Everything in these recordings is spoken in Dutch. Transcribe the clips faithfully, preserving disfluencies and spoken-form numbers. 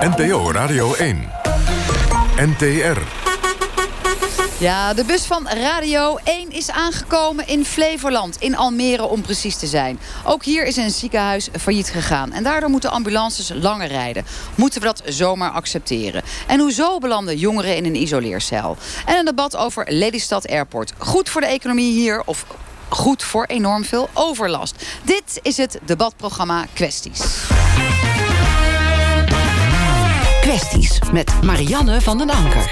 N P O Radio één. N T R. Ja, de bus van Radio één is aangekomen in Flevoland, in Almere om precies te zijn. Ook hier is een ziekenhuis failliet gegaan en daardoor moeten ambulances langer rijden. Moeten we dat zomaar accepteren? En hoezo belanden jongeren in een isoleercel? En een debat over Lelystad Airport. Goed voor de economie hier of goed voor enorm veel overlast? Dit is het debatprogramma Kwesties. Kwesties met Marianne van den Anker.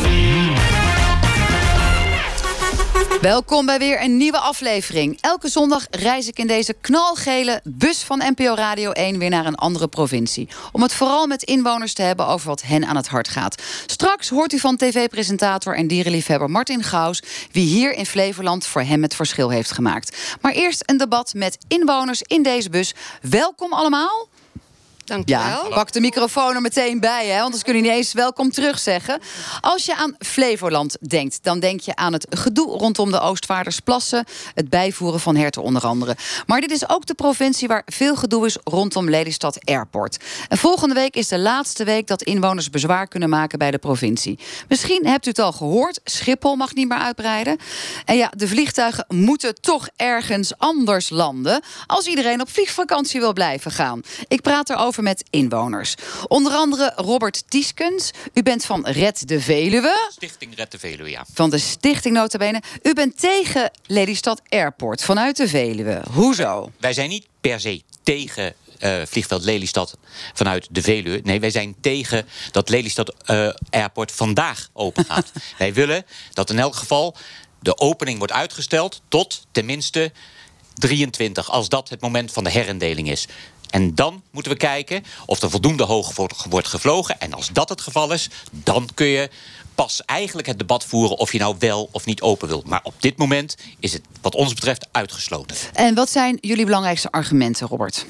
Welkom bij weer een nieuwe aflevering. Elke zondag reis ik in deze knalgele bus van N P O Radio één weer naar een andere provincie. Om het vooral met inwoners te hebben over wat hen aan het hart gaat. Straks hoort u van tv-presentator en dierenliefhebber Martin Gauws wie hier in Flevoland voor hem het verschil heeft gemaakt. Maar eerst een debat met inwoners in deze bus. Welkom allemaal. Dank je wel. Ja, pak de microfoon er meteen bij, hè, want anders kun je niet eens welkom terug zeggen. Als je aan Flevoland denkt, dan denk je aan het gedoe rondom de Oostvaardersplassen, het bijvoeren van herten onder andere. Maar dit is ook de provincie waar veel gedoe is rondom Lelystad Airport. En volgende week is de laatste week dat inwoners bezwaar kunnen maken bij de provincie. Misschien hebt u het al gehoord, Schiphol mag niet meer uitbreiden. En ja, de vliegtuigen moeten toch ergens anders landen als iedereen op vliegvakantie wil blijven gaan. Ik praat erover met inwoners. Onder andere Robert Tieskens. U bent van Red de Veluwe. Stichting Red de Veluwe, ja. Van de stichting nota bene. U bent tegen Lelystad Airport vanuit de Veluwe. Hoezo? Wij zijn niet per se tegen uh, vliegveld Lelystad vanuit de Veluwe. Nee, wij zijn tegen dat Lelystad uh, Airport vandaag open gaat. Wij willen dat in elk geval de opening wordt uitgesteld tot tenminste drieëntwintig, als dat het moment van de herindeling is. En dan moeten we kijken of er voldoende hoog wordt gevlogen. En als dat het geval is, dan kun je pas eigenlijk het debat voeren of je nou wel of niet open wilt. Maar op dit moment is het wat ons betreft uitgesloten. En wat zijn jullie belangrijkste argumenten, Robert?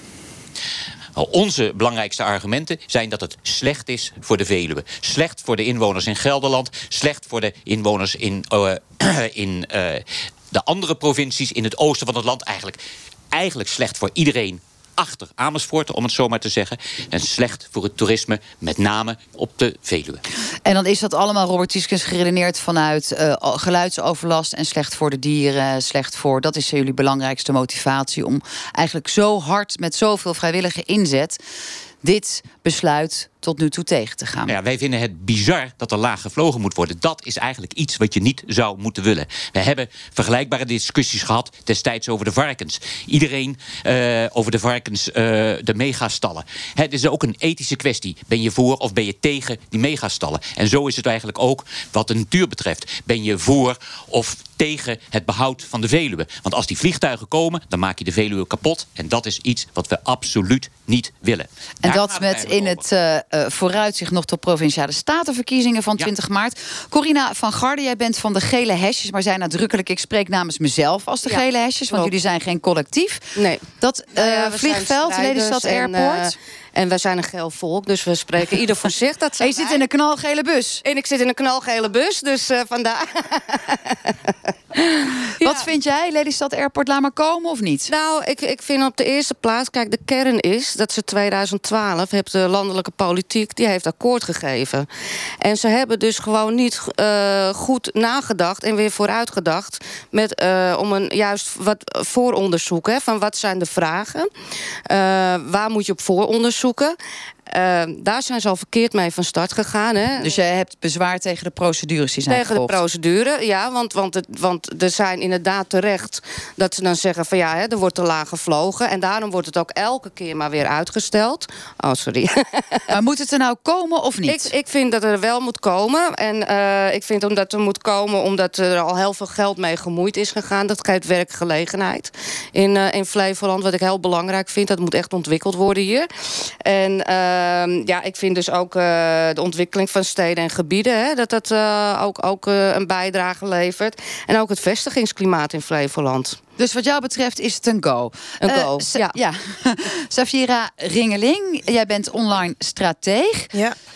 Onze belangrijkste argumenten zijn dat het slecht is voor de Veluwe. Slecht voor de inwoners in Gelderland. Slecht voor de inwoners in, uh, in uh, de andere provincies in het oosten van het land. Eigenlijk, eigenlijk slecht voor iedereen achter Amersfoort, om het zo maar te zeggen. En slecht voor het toerisme, met name op de Veluwe. En dan is dat allemaal, Robert Tieskens, geredeneerd vanuit uh, geluidsoverlast en slecht voor de dieren, slecht voor... Dat is jullie belangrijkste motivatie om eigenlijk zo hard met zoveel vrijwillige inzet dit besluit tot nu toe tegen te gaan. Ja, wij vinden het bizar dat er laag gevlogen moet worden. Dat is eigenlijk iets wat je niet zou moeten willen. We hebben vergelijkbare discussies gehad destijds over de varkens. Iedereen uh, over de varkens, uh, de megastallen. Het is ook een ethische kwestie. Ben je voor of ben je tegen die megastallen? En zo is het eigenlijk ook wat de natuur betreft. Ben je voor of tegen het behoud van de Veluwe? Want als die vliegtuigen komen, dan maak je de Veluwe kapot. En dat is iets wat we absoluut niet willen. En Daar dat met in het uh, uh, vooruitzicht nog tot Provinciale Statenverkiezingen van twintig maart. Corina van Garde, jij bent van de gele hesjes, maar zei nadrukkelijk, ik spreek namens mezelf als de ja, gele hesjes, want klopt. Jullie zijn geen collectief. Nee. Dat uh, nou ja, vliegveld, Lelystad Airport. En, uh, en wij zijn een geel volk, dus we spreken ieder voor zich. Dat en je zit in een knalgele bus. En ik zit in een knalgele bus, dus uh, vandaar. Ja. Wat vind jij? Lelystad Airport, laat maar komen of niet? Nou, ik, ik vind op de eerste plaats, kijk, de kern is dat ze twintig twaalf heeft de landelijke politiek, die heeft akkoord gegeven. En ze hebben dus gewoon niet uh, goed nagedacht en weer vooruitgedacht met, uh, om een juist wat vooronderzoek, hè, van wat zijn de vragen, uh, waar moet je op vooronderzoeken. Uh, daar zijn ze al verkeerd mee van start gegaan. Hè. Dus jij hebt bezwaar tegen de procedures die zijn Tegen gevolgd. de procedure, ja. Want, want, het, want er zijn inderdaad terecht dat ze dan zeggen van ja, hè, er wordt te laag gevlogen. En daarom wordt het ook elke keer maar weer uitgesteld. Oh, sorry. Maar moet het er nou komen of niet? Ik, ik vind dat er wel moet komen. En uh, ik vind omdat er moet komen omdat er al heel veel geld mee gemoeid is gegaan. Dat geeft werkgelegenheid in, uh, in Flevoland. Wat ik heel belangrijk vind. Dat moet echt ontwikkeld worden hier. En uh, Uh, ja, ik vind dus ook uh, de ontwikkeling van steden en gebieden, hè, dat dat uh, ook, ook uh, een bijdrage levert. En ook het vestigingsklimaat in Flevoland. Dus wat jou betreft is het een go. Een uh, go, Sa- ja. ja. Safira Ringeling, jij bent online strateeg. Ja.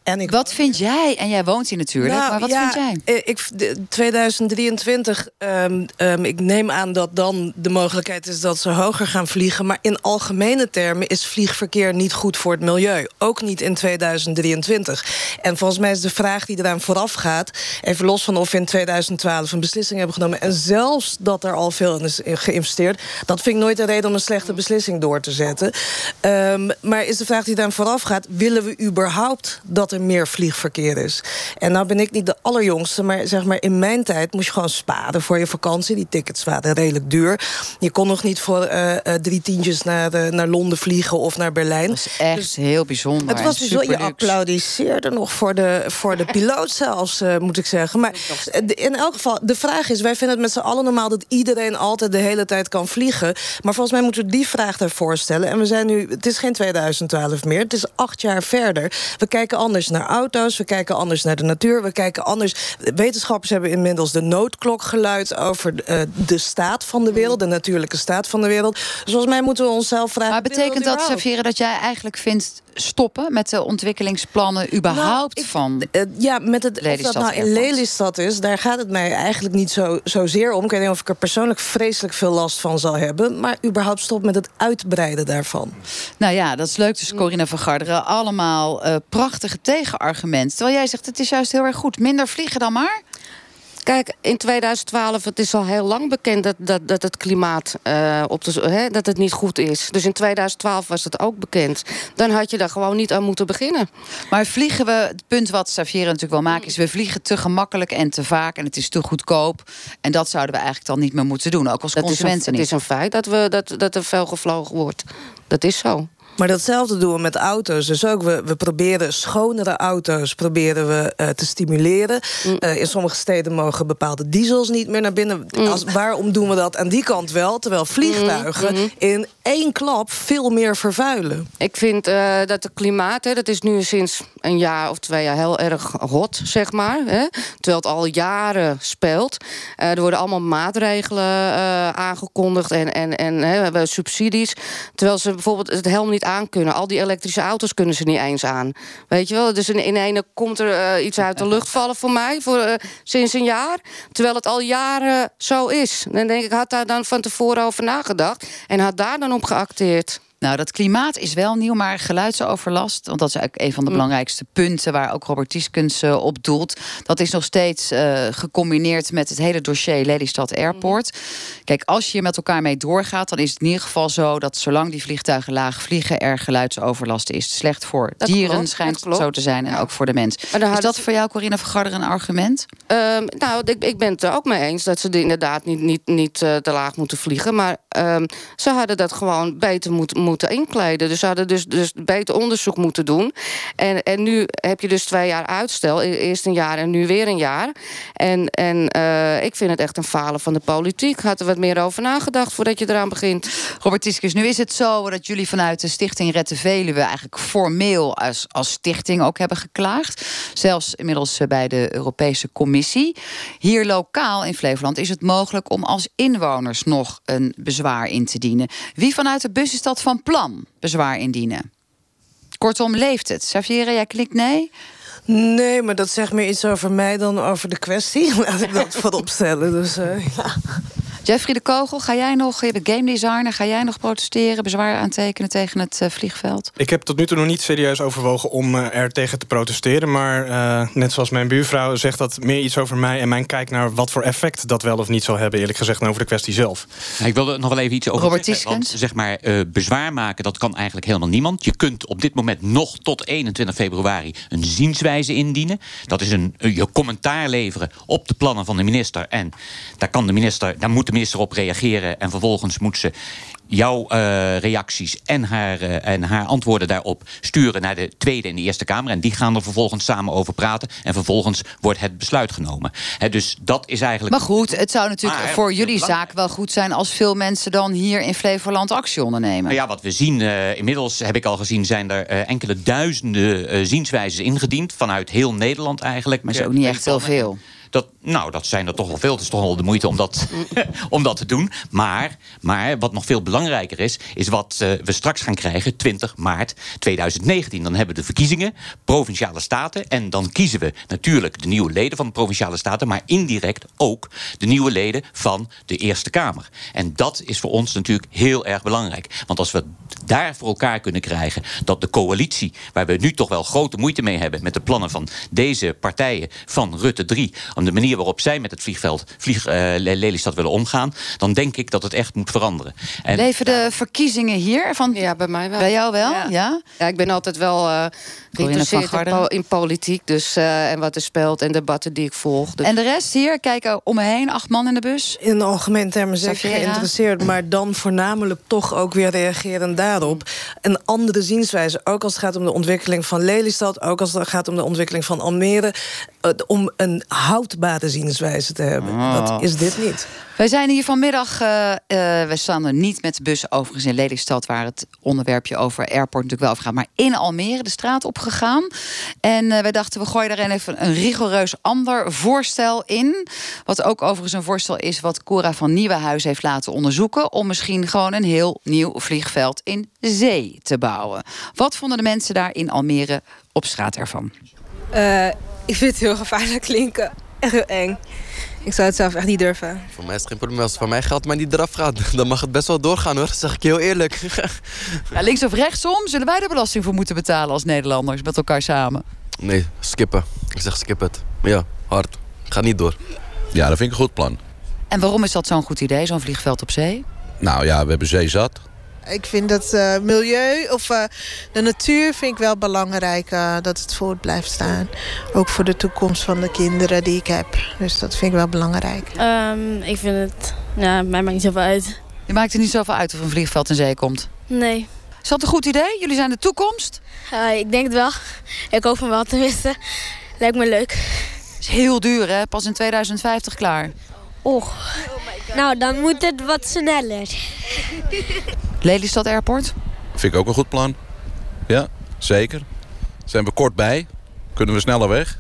En ik Wat vind jij? En jij woont hier natuurlijk, nou, maar wat ja, vind jij? Ik, twintig drieëntwintig, um, um, ik neem aan dat dan de mogelijkheid is dat ze hoger gaan vliegen. Maar in algemene termen is vliegverkeer niet goed voor het milieu. Ook niet in tweeduizend drieëntwintig. En volgens mij is de vraag die eraan vooraf gaat, even los van of we in tweeduizend twaalf een beslissing hebben genomen, en zelfs dat er al veel in is geïnvesteerd, dat vind ik nooit een reden om een slechte beslissing door te zetten. Um, maar is de vraag die eraan vooraf gaat, willen we überhaupt dat er meer vliegverkeer is? En nou ben ik niet de allerjongste, maar zeg maar in mijn tijd moest je gewoon sparen voor je vakantie. Die tickets waren redelijk duur. Je kon nog niet voor uh, uh, drie tientjes naar, uh, naar Londen vliegen of naar Berlijn. Dat is echt dus heel bijzonder. Het was dus wel, je applaudisseerde nog voor de, voor de piloot zelfs, uh, moet ik zeggen. Maar in elk geval, de vraag is, wij vinden het met z'n allen normaal dat iedereen altijd de hele tijd kan vliegen. Maar volgens mij moeten we die vraag daarvoor stellen. En we zijn nu, het is geen tweeduizend twaalf meer, het is acht jaar verder. We kijken anders naar auto's, we kijken anders naar de natuur, we kijken anders. Wetenschappers hebben inmiddels de noodklok geluid over uh, de staat van de wereld, de natuurlijke staat van de wereld. Dus volgens mij moeten we onszelf vragen. Maar betekent dat, Xavier, dat jij eigenlijk vindt stoppen met de ontwikkelingsplannen überhaupt nou, ik, van uh, ja, met het Lelystad of dat nou in Lelystad is, daar gaat het mij eigenlijk niet zo, zozeer om. Ik weet niet of ik er persoonlijk vreselijk veel last van zal hebben, maar überhaupt stop met het uitbreiden daarvan. Nou ja, dat is leuk. Dus Corinne van Garderen, allemaal uh, prachtige tegenargumenten. Terwijl jij zegt, het is juist heel erg goed. Minder vliegen dan maar? Kijk, in tweeduizend twaalf, het is al heel lang bekend dat, dat, dat het klimaat uh, op de, hè, dat het niet goed is. Dus in tweeduizend twaalf was het ook bekend. Dan had je daar gewoon niet aan moeten beginnen. Maar vliegen we, het punt wat Xavier natuurlijk wel maakt, is we vliegen te gemakkelijk en te vaak en het is te goedkoop. En dat zouden we eigenlijk dan niet meer moeten doen, ook als dat consumenten is een, niet. Het is een feit dat, we, dat, dat er veel gevlogen wordt. Dat is zo. Maar datzelfde doen we met auto's. Dus ook, we, we proberen schonere auto's proberen we, uh, te stimuleren. Mm. Uh, in sommige steden mogen bepaalde diesels niet meer naar binnen. Mm. Als, waarom doen we dat aan die kant wel? Terwijl vliegtuigen mm. in één klap veel meer vervuilen. Ik vind uh, dat het klimaat, hè, dat is nu sinds een jaar of twee jaar heel erg hot, zeg maar. Hè, terwijl het al jaren speelt. Uh, er worden allemaal maatregelen uh, aangekondigd en, en, en hè, we hebben subsidies. Terwijl ze bijvoorbeeld het helemaal niet aan kunnen. Al die elektrische auto's kunnen ze niet eens aan. Weet je wel? Dus in, in ene komt er uh, iets uit de lucht vallen voor mij voor, uh, sinds een jaar. Terwijl het al jaren zo is. Dan denk ik, had daar dan van tevoren over nagedacht en had daar dan op geacteerd. Nou, dat klimaat is wel nieuw, maar geluidsoverlast, want dat is eigenlijk een van de mm. belangrijkste punten waar ook Robert Tieskens uh, op doelt. Dat is nog steeds uh, gecombineerd met het hele dossier Lelystad Airport. Kijk, als je hier met elkaar mee doorgaat, dan is het in ieder geval zo dat zolang die vliegtuigen laag vliegen, er geluidsoverlast is. Slecht voor dat dieren klopt, schijnt het zo te zijn en ook voor de mens. Is dat voor jou, Corinne van Garderen, een argument? Um, nou, ik, ik ben het er ook mee eens dat ze inderdaad niet, niet, niet uh, te laag moeten vliegen. Maar um, ze hadden dat gewoon beter moeten moeten inkleden. Dus ze hadden dus, dus beter onderzoek moeten doen. En, en nu heb je dus twee jaar uitstel. Eerst een jaar en nu weer een jaar. En, en uh, ik vind het echt een falen van de politiek. Had er wat meer over nagedacht voordat je eraan begint. Robert Tieskens, nu is het zo dat jullie vanuit de Stichting Red de Veluwe eigenlijk formeel als, als stichting ook hebben geklaagd. Zelfs inmiddels bij de Europese Commissie. Hier lokaal in Flevoland is het mogelijk om als inwoners nog een bezwaar in te dienen. Wie vanuit de bus is dat van plan bezwaar indienen? Kortom, leeft het? Xavier, jij knikt nee? Nee, maar dat zegt meer iets over mij dan over de kwestie. Laat ik dat voorop stellen. Dus, uh, ja. Jeffrey de Kogel, ga jij nog, je bent game designer, ga jij nog protesteren, bezwaar aantekenen tegen het uh, vliegveld? Ik heb tot nu toe nog niet serieus overwogen om uh, er tegen te protesteren. Maar uh, net zoals mijn buurvrouw zegt dat meer iets over mij en mijn kijk naar wat voor effect dat wel of niet zal hebben, eerlijk gezegd, over de kwestie zelf. Nou, ik wilde nog wel even iets over Robert zeggen. Tieskens. Want zeg maar, uh, bezwaar maken, dat kan eigenlijk helemaal niemand. Je kunt op dit moment nog tot eenentwintig februari een zienswijze indienen. Dat is een, uh, je commentaar leveren op de plannen van de minister. En daar kan de minister, daar moet de minister op reageren. En vervolgens moet ze jouw uh, reacties en haar, uh, en haar antwoorden daarop sturen naar de Tweede en de Eerste Kamer. En die gaan er vervolgens samen over praten. En vervolgens wordt het besluit genomen. He, dus dat is eigenlijk. Maar goed, het zou natuurlijk maar, voor jullie zaak wel goed zijn als veel mensen dan hier in Flevoland actie ondernemen. Nou ja, wat we zien, uh, inmiddels heb ik al gezien, zijn er uh, enkele duizenden uh, zienswijzen ingediend. Vanuit heel Nederland eigenlijk. Maar is ook niet echt heel veel. Dat, nou, dat zijn er toch wel veel. Het is toch wel de moeite om dat, om dat te doen. Maar, maar wat nog veel belangrijker is, is wat uh, we straks gaan krijgen, twintig maart tweeduizend negentien. Dan hebben we de verkiezingen, provinciale staten. En dan kiezen we natuurlijk de nieuwe leden van de provinciale staten, maar indirect ook de nieuwe leden van de Eerste Kamer. En dat is voor ons natuurlijk heel erg belangrijk. Want als we daar voor elkaar kunnen krijgen dat de coalitie, waar we nu toch wel grote moeite mee hebben met de plannen van deze partijen van Rutte drie, om de manier waarop zij met het vliegveld vlieg, uh, Lelystad willen omgaan, dan denk ik dat het echt moet veranderen. En leven de verkiezingen hier? Van, Ja, bij mij wel. bij jou wel? Ja. Ja? Ja, ik ben altijd wel uh, geïnteresseerd in, po- in politiek. Dus, uh, en wat er speelt en debatten die ik volg. Dus. En de rest hier, kijken om me heen, acht man in de bus. In de algemene termen zeker Safira. geïnteresseerd, maar dan voornamelijk toch ook weer reageren daarop. Een andere zienswijze, ook als het gaat om de ontwikkeling van Lelystad, ook als het gaat om de ontwikkeling van Almere, uh, om een houdbare zienswijze te hebben. Oh. Dat is dit niet. Wij zijn hier vanmiddag, uh, uh, we staan er niet met de bus overigens in Lelystad, waar het onderwerpje over Airport natuurlijk wel over gaat, maar in Almere de straat opgegaan. En uh, wij dachten, we gooien er even een rigoureus ander voorstel in. Wat ook overigens een voorstel is wat Cora van Nieuwenhuis heeft laten onderzoeken, om misschien gewoon een heel nieuw vliegveld in zee te bouwen. Wat vonden de mensen daar in Almere op straat ervan? Uh, ik vind het heel gevaarlijk klinken. Echt heel eng. Ik zou het zelf echt niet durven. Voor mij is het geen probleem. Als het van mij geld maar niet eraf gaat, dan mag het best wel doorgaan, hoor. Dat zeg ik je heel eerlijk. Ja, links of rechtsom zullen wij de belasting voor moeten betalen als Nederlanders met elkaar samen? Nee, skippen. Ik zeg skip het. Ja, hard. Gaat niet door. Ja, dat vind ik een goed plan. En waarom is dat zo'n goed idee, zo'n vliegveld op zee? Nou ja, we hebben zee zat. Ik vind dat uh, milieu of uh, de natuur vind ik wel belangrijk uh, dat het voort blijft staan. Ook voor de toekomst van de kinderen die ik heb. Dus dat vind ik wel belangrijk. Um, ik vind het, ja, mij maakt niet zoveel uit. Je maakt er niet zoveel uit of een vliegveld in zee komt? Nee. Is dat een goed idee? Jullie zijn de toekomst? Uh, ik denk het wel. Ik hoop van wel tenminste. Lijkt me leuk. Het is heel duur, hè? Pas in tweeduizend vijftig klaar. Och. Nou, dan moet het wat sneller. Lelystad Airport? Vind ik ook een goed plan. Ja, zeker. Zijn we kort bij? Kunnen we sneller weg?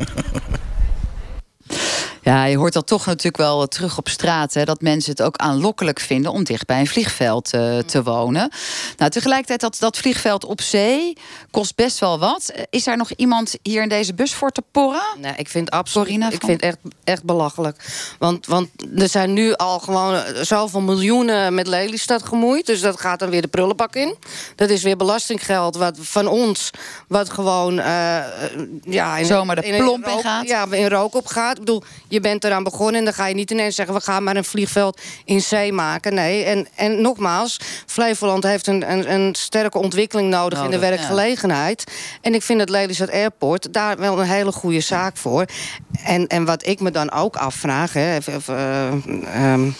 Ja, je hoort dat toch natuurlijk wel terug op straat, hè, dat mensen het ook aanlokkelijk vinden om dicht bij een vliegveld uh, te wonen. Nou, tegelijkertijd dat, dat vliegveld op zee kost best wel wat. Is er nog iemand hier in deze bus voor te porren? Nee, ik vind absoluut. Corina, ik vind het echt, echt belachelijk. Want, want er zijn nu al gewoon zoveel miljoenen met Lelystad gemoeid. Dus dat gaat dan weer de prullenbak in. Dat is weer belastinggeld wat van ons, wat gewoon uh, ja, in, zomaar de in, plomp in, in gaat. Ja, in rook op gaat. Ik bedoel, je bent eraan begonnen en dan ga je niet ineens zeggen, we gaan maar een vliegveld in zee maken. Nee, en, en nogmaals, Flevoland heeft een, een, een sterke ontwikkeling nodig, nodig in de werkgelegenheid. Ja. En ik vind het Lelystad Airport daar wel een hele goede zaak voor. En, en wat ik me dan ook afvraag, hè, of, uh, um,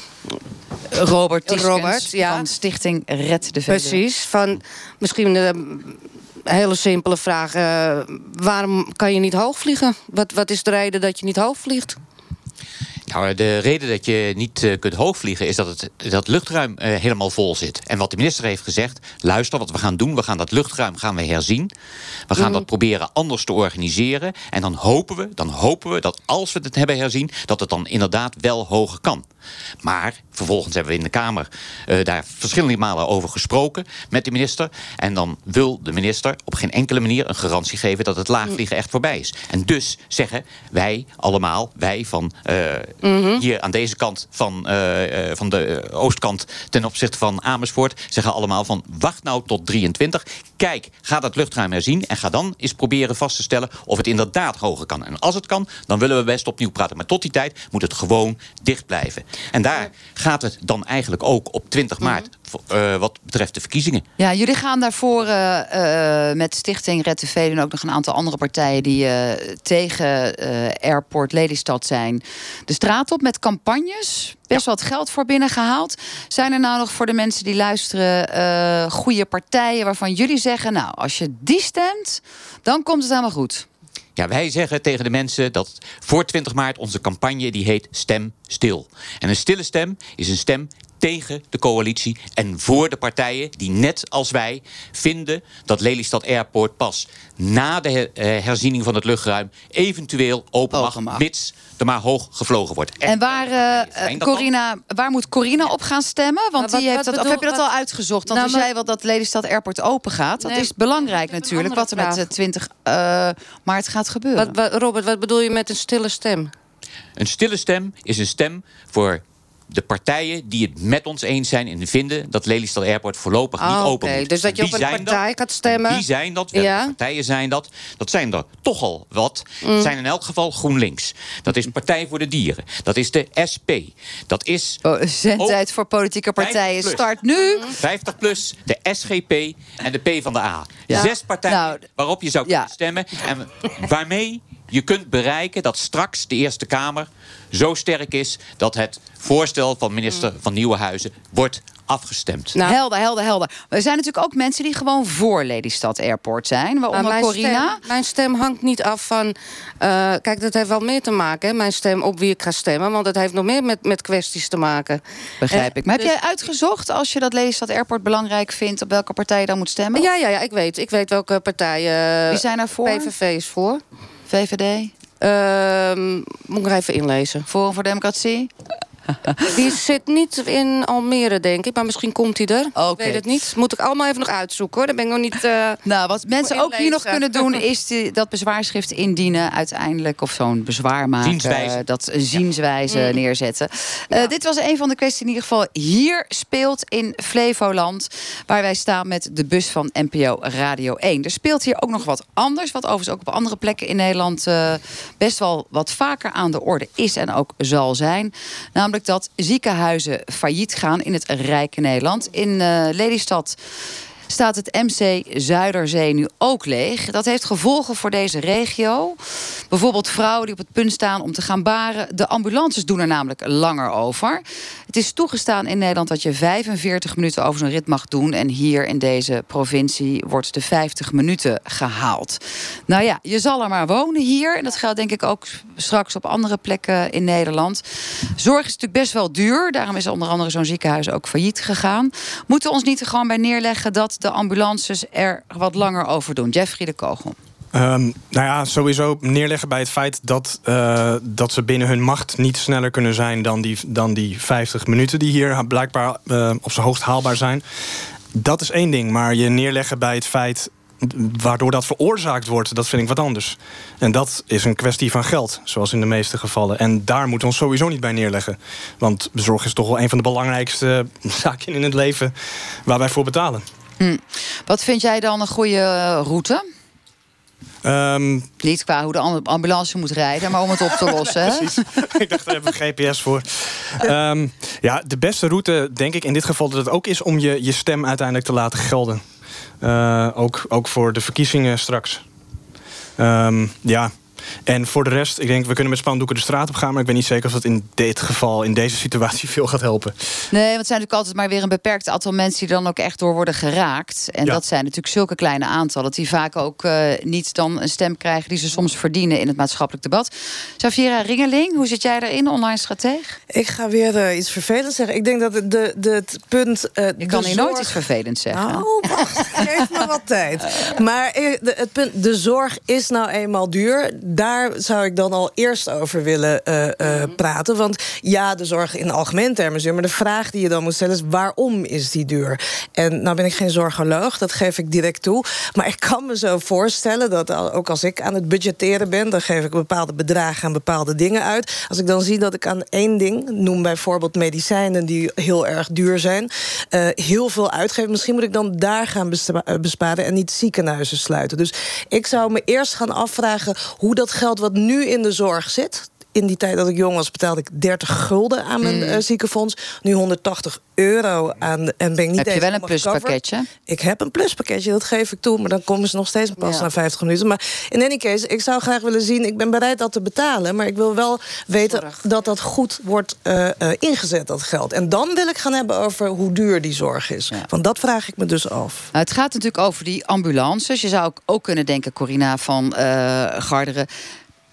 Robert Tieskens Robert, ja. van Stichting Red de Veluwe. Precies, van misschien een hele simpele vraag. Uh, waarom kan je niet hoog vliegen? Wat, wat is de reden dat je niet hoog vliegt? Nou, de reden dat je niet uh, kunt hoogvliegen is dat het dat luchtruim uh, helemaal vol zit. En wat de minister heeft gezegd, luister wat we gaan doen. We gaan dat luchtruim gaan we herzien. We gaan mm. dat proberen anders te organiseren. En dan hopen we, dan hopen we dat als we het hebben herzien, dat het dan inderdaad wel hoger kan. Maar vervolgens hebben we in de Kamer uh, daar verschillende malen over gesproken met de minister. En dan wil de minister op geen enkele manier een garantie geven dat het laagvliegen echt voorbij is. En dus zeggen wij allemaal, wij van uh, mm-hmm. hier aan deze kant van, uh, uh, van de uh, oostkant ten opzichte van Amersfoort, zeggen allemaal van wacht nou tot drieëntwintig. Kijk, ga dat luchtruim herzien en ga dan eens proberen vast te stellen of het inderdaad hoger kan. En als het kan, dan willen we best opnieuw praten. Maar tot die tijd moet het gewoon dicht blijven. En daar gaat het dan eigenlijk ook op twintig maart... Uh, wat betreft de verkiezingen. Ja, jullie gaan daarvoor uh, uh, met Stichting Red de Veluwe en ook nog een aantal andere partijen die uh, tegen uh, Airport Lelystad zijn de straat op met campagnes. Best ja. wat geld voor binnengehaald. Zijn er nou nog voor de mensen die luisteren uh, goede partijen waarvan jullie zeggen, nou, als je die stemt, dan komt het helemaal goed? Ja, wij zeggen tegen de mensen dat voor twintig maart onze campagne die heet Stem Stil. En een stille stem is een stem tegen de coalitie en voor de partijen die net als wij vinden dat Lelystad Airport pas na de her, uh, herziening van het luchtruim eventueel open mag, Open mag. mits er maar hoog gevlogen wordt. En waar, uh, dat Corina, waar moet Corina op gaan stemmen? Want wat- die heeft wat dat, of bedoel- heb je dat wat- al uitgezocht? Want Nou, u maar- zei wel dat Lelystad Airport open gaat. Dat Nee, is belangrijk ik heb een natuurlijk. andere Wat er met vraag. de twintig maart gaat gebeuren. Wat, wat- Robert, wat bedoel je met een stille stem? Een stille stem is een stem voor de partijen die het met ons eens zijn en vinden dat Lelystad Airport voorlopig niet Ah, open oké. moet. Dus dat En je op wie een zijn partij dat? gaat stemmen? En wie zijn dat? Welke Ja. partijen zijn dat? Dat zijn er toch al wat. Mm. Dat zijn in elk geval GroenLinks. Dat is Partij voor de Dieren. Dat is de S P. Dat is Oh, zendtijd voor politieke partijen plus. start nu. vijftig plus, de S G P en de P van de A. Ja. Zes partijen Nou, waarop je zou kunnen stemmen. En waarmee je kunt bereiken dat straks de Eerste Kamer zo sterk is dat het voorstel van minister van Nieuwenhuizen wordt afgestemd. Nou, helder, helder, helder. Maar er zijn natuurlijk ook mensen die gewoon voor Lelystad Airport zijn. Waaronder mijn, Corina. stem, mijn stem hangt niet af van... Uh, kijk, dat heeft wel meer te maken, hè, mijn stem op wie ik ga stemmen. Want het heeft nog meer met, met kwesties te maken. Begrijp En, ik. Maar heb dus- jij uitgezocht, als je dat Lelystad Airport belangrijk vindt, op welke partij je dan moet stemmen? Ja, ja, ja, ik weet. Ik weet welke partijen... Wie zijn er voor? P V V is voor. V V D? Uh, moet ik nog even inlezen. Forum voor Democratie? Die zit niet in Almere, denk ik. Maar misschien komt hij er. Okay. Ik weet het niet. Moet ik allemaal even nog uitzoeken, hoor. Daar ben ik nog niet... Uh, nou, wat mensen ook hier nog inlezen. kunnen doen, is die, dat bezwaarschrift indienen uiteindelijk. Of zo'n bezwaar maken. Zienswijze. Dat een zienswijze Ja. neerzetten. Uh, dit was een van de kwesties in ieder geval hier speelt in Flevoland. Waar wij staan met de bus van N P O Radio één. Er speelt hier ook nog wat anders. Wat overigens ook op andere plekken in Nederland uh, best wel wat vaker aan de orde is en ook zal zijn. Namelijk dat ziekenhuizen failliet gaan in het rijke Nederland. In uh, Lelystad staat het M C Zuiderzee nu ook leeg. Dat heeft gevolgen voor deze regio. Bijvoorbeeld vrouwen die op het punt staan om te gaan baren. De ambulances doen er namelijk langer over. Het is toegestaan in Nederland dat je vijfenveertig minuten over zo'n rit mag doen. En hier in deze provincie wordt de vijftig minuten gehaald. Nou ja, je zal er maar wonen hier. En dat geldt denk ik ook straks op andere plekken in Nederland. Zorg is natuurlijk best wel duur. Daarom is onder andere zo'n ziekenhuis ook failliet gegaan. Moeten we ons niet er gewoon bij neerleggen dat de ambulances er wat langer over doen? Jeffrey de Kogel. Um, nou ja, sowieso neerleggen bij het feit dat, uh, dat ze binnen hun macht niet sneller kunnen zijn dan die, dan die vijftig minuten die hier blijkbaar uh, op zijn hoogst haalbaar zijn. Dat is één ding, maar je neerleggen bij het feit waardoor dat veroorzaakt wordt, dat vind ik wat anders. En dat is een kwestie van geld, zoals in de meeste gevallen. En daar moeten we ons sowieso niet bij neerleggen. Want zorg is toch wel een van de belangrijkste zaken in het leven waar wij voor betalen. Hm. Wat vind jij dan een goede route? Um, Niet qua hoe de ambulance moet rijden, maar om het op te lossen. Hè? Precies. Ik dacht, daar hebben we G P S voor. Um, ja, de beste route, denk ik in dit geval dat het ook is om je, je stem uiteindelijk te laten gelden. Uh, ook, ook voor de verkiezingen straks. Um, ja. En voor de rest, ik denk, we kunnen met spandoeken de straat op gaan, maar ik ben niet zeker of dat in dit geval, in deze situatie, veel gaat helpen. Nee, want het zijn natuurlijk altijd maar weer een beperkt aantal mensen die dan ook echt door worden geraakt. En Ja. dat zijn natuurlijk zulke kleine aantallen, dat die vaak ook uh, niet dan een stem krijgen die ze soms verdienen in het maatschappelijk debat. Xaviera Ringeling, hoe zit jij daarin, online strateeg? Ik ga weer uh, iets vervelends zeggen. Ik denk dat de, de, de, het punt... Uh, Je kan hier zorg... nooit iets vervelends zeggen. Nou, wacht. Geef me wat tijd. Maar de, het punt, de zorg is nou eenmaal duur. Daar zou ik dan al eerst over willen uh, uh, praten. Want ja, de zorg in algemeen termen is duur. Maar de vraag die je dan moet stellen is, waarom is die duur? En nou ben ik geen zorgoloog, dat geef ik direct toe. Maar ik kan me zo voorstellen dat ook als ik aan het budgetteren ben, dan geef ik bepaalde bedragen aan bepaalde dingen uit. Als ik dan zie dat ik aan één ding, noem bijvoorbeeld medicijnen die heel erg duur zijn, uh, heel veel uitgeef. Misschien moet ik dan daar gaan besparen en niet ziekenhuizen sluiten. Dus ik zou me eerst gaan afvragen hoe dat geld wat nu in de zorg zit. In die tijd dat ik jong was betaalde ik dertig gulden aan mijn mm. uh, ziekenfonds. Nu honderdtachtig euro aan. En ben ik niet heb je wel een pluspakketje? Covered. Ik heb een pluspakketje, dat geef ik toe. Maar dan komen ze nog steeds pas ja. na vijftig minuten. Maar in any case, ik zou graag willen zien, ik ben bereid dat te betalen. Maar ik wil wel weten zorg. dat dat goed wordt uh, uh, ingezet, dat geld. En dan wil ik gaan hebben over hoe duur die zorg is. Ja. Want dat vraag ik me dus af. Nou, het gaat natuurlijk over die ambulances. Je zou ook, ook kunnen denken, Corina van uh, Garderen,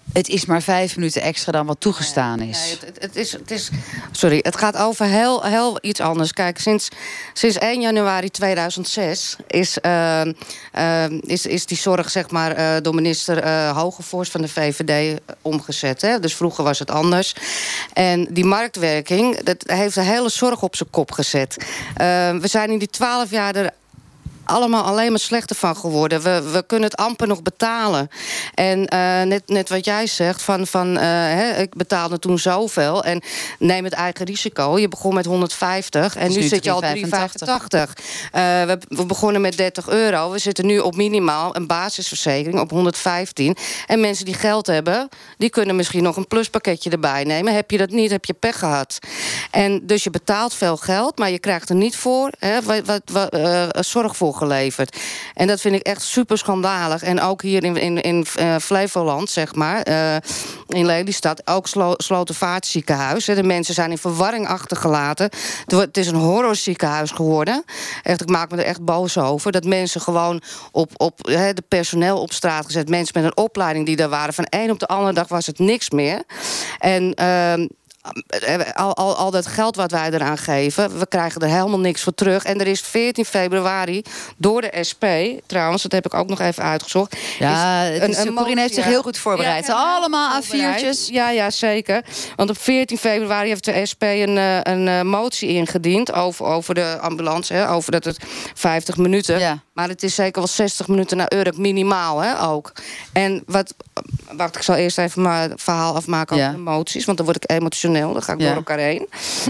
Het is maar vijf minuten extra dan wat toegestaan is. Nee, het, het, is, het is... Sorry, het gaat over heel, heel iets anders. Kijk, sinds, sinds één januari tweeduizend zes is, uh, uh, is, is die zorg, zeg maar, uh, door minister uh, Hogevorst van de V V D omgezet. Hè? Dus vroeger was het anders. En die marktwerking, dat heeft de hele zorg op zijn kop gezet. Uh, we zijn in die twaalf jaar er allemaal alleen maar slechter van geworden. We, we kunnen het amper nog betalen. En uh, net, net wat jij zegt, van, van uh, hè, ik betaalde toen zoveel en neem het eigen risico. Je begon met honderdvijftig en nu, nu zit je al drie vijfentachtig. Uh, we, we begonnen met dertig euro. We zitten nu op minimaal een basisverzekering op honderdvijftien. En mensen die geld hebben, die kunnen misschien nog een pluspakketje erbij nemen. Heb je dat niet, heb je pech gehad. En dus je betaalt veel geld, maar je krijgt er niet voor hè, wat, wat, wat, uh, zorg voor geleverd. En dat vind ik echt super schandalig. En ook hier in, in, in uh, Flevoland, zeg maar, uh, in Lelystad, ook Slo- Slotervaartziekenhuis. De mensen zijn in verwarring achtergelaten. Het is een horrorziekenhuis geworden. Echt, ik maak me er echt boos over. Dat mensen gewoon op, op he, de personeel op straat gezet. Mensen met een opleiding die daar waren. Van één op de andere dag was het niks meer. En Uh, Al, al, al dat geld wat wij eraan geven, we krijgen er helemaal niks voor terug. En er is veertien februari door de S P, trouwens, dat heb ik ook nog even uitgezocht. Ja, is het is, een, Corine heeft zich heel goed voorbereid. Ja, allemaal A viertjes. Ja, ja, zeker. Want op veertien februari heeft de S P een, een motie ingediend over, over de ambulance. Hè, over dat het vijftig minuten. Ja. Maar het is zeker wel zestig minuten naar Urk minimaal, hè, ook. En wat, wacht, ik zal eerst even mijn verhaal afmaken over ja. de moties, want dan word ik emotioneel. Dan ga ik ja. door elkaar heen.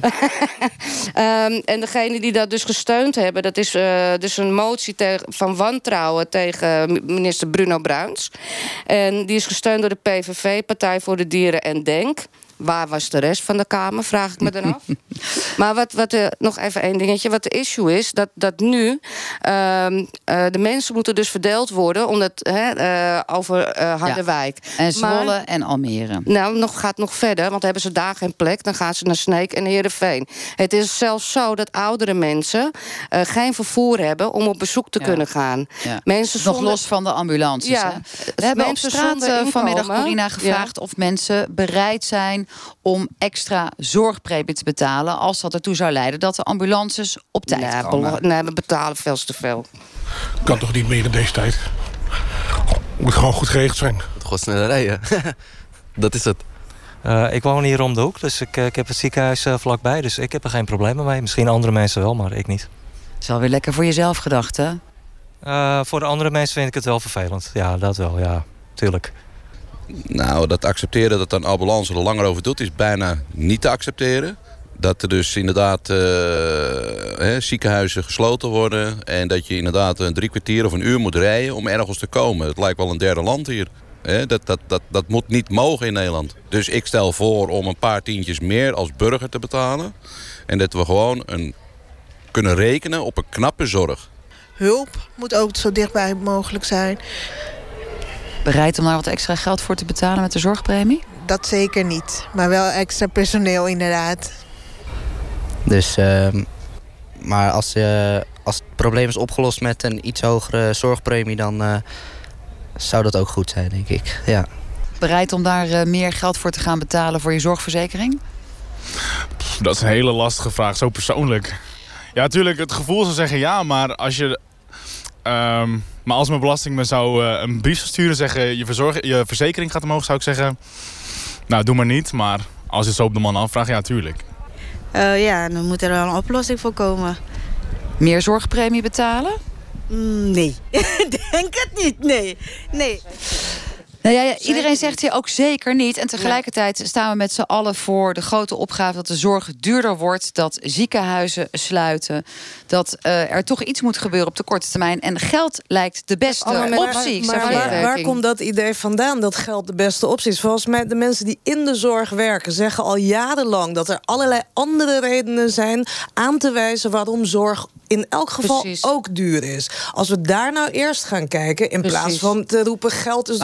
um, en degene die dat dus gesteund hebben, dat is uh, dus een motie tegen, van wantrouwen tegen minister Bruno Bruins. En die is gesteund door de P V V, Partij voor de Dieren en Denk. Waar was de rest van de Kamer, vraag ik me dan af. Maar wat, wat uh, nog even één dingetje. Wat de issue is, dat, dat nu uh, uh, de mensen moeten dus verdeeld worden, omdat hè, uh, over uh, Harderwijk. Ja. En Zwolle maar, en Almere. Nou, nog, gaat nog verder, want hebben ze daar geen plek, dan gaan ze naar Sneek en Heerenveen. Het is zelfs zo dat oudere mensen uh, geen vervoer hebben om op bezoek te ja. kunnen gaan. Ja. Mensen nog zonder... los van de ambulances. Ja. Hè? We hebben op straat uh, vanmiddag, Corina, gevraagd ja. of mensen bereid zijn om extra zorgpremie te betalen als dat ertoe zou leiden dat de ambulances op tijd nee, komen. Belo- nee, we betalen veel te veel. Kan toch niet meer in deze tijd? Moet gewoon goed geregeld zijn. Moet gewoon sneller rijden. Dat is het. Uh, ik woon hier om de hoek, dus ik, uh, ik heb het ziekenhuis uh, vlakbij. Dus ik heb er geen problemen mee. Misschien andere mensen wel, maar ik niet. Het is wel weer lekker voor jezelf gedacht, hè? Uh, voor de andere mensen vind ik het wel vervelend. Ja, dat wel, ja, tuurlijk. Nou, dat accepteren dat een ambulance er langer over doet, is bijna niet te accepteren. Dat er dus inderdaad uh, he, ziekenhuizen gesloten worden en dat je inderdaad een drie kwartier of een uur moet rijden om ergens te komen. Het lijkt wel een derde land hier. He, dat, dat, dat, dat moet niet mogen in Nederland. Dus ik stel voor om een paar tientjes meer als burger te betalen en dat we gewoon een, kunnen rekenen op een knappe zorg. Hulp moet ook zo dichtbij mogelijk zijn. Bereid om daar wat extra geld voor te betalen met de zorgpremie? Dat zeker niet, maar wel extra personeel inderdaad. Dus, uh, maar als, uh, als het probleem is opgelost met een iets hogere zorgpremie, dan uh, zou dat ook goed zijn, denk ik. Ja. Bereid om daar uh, meer geld voor te gaan betalen voor je zorgverzekering? Pff, dat is een hele lastige vraag, zo persoonlijk. Ja, natuurlijk, het gevoel zou zeggen ja, maar als je... Um, maar als mijn belasting me zou uh, een brief zou sturen, zeggen je, verzorg, je verzekering gaat omhoog, zou ik zeggen, nou doe maar niet. Maar als je het zo op de man afvraagt, ja, tuurlijk. Uh, ja, dan moet er wel een oplossing voor komen. Meer zorgpremie betalen? Mm, nee, denk het niet, nee. nee. Nou ja, ja, iedereen zegt hier ook zeker niet. En tegelijkertijd staan we met z'n allen voor de grote opgave dat de zorg duurder wordt, dat ziekenhuizen sluiten, dat uh, er toch iets moet gebeuren op de korte termijn. En geld lijkt de beste oh, maar, optie. Maar, maar waar, waar komt dat idee vandaan dat geld de beste optie is? Volgens mij de mensen die in de zorg werken zeggen al jarenlang dat er allerlei andere redenen zijn aan te wijzen waarom zorg in elk geval Precies. ook duur is. Als we daar nou eerst gaan kijken in Precies. plaats van te roepen geld is de Maar als je het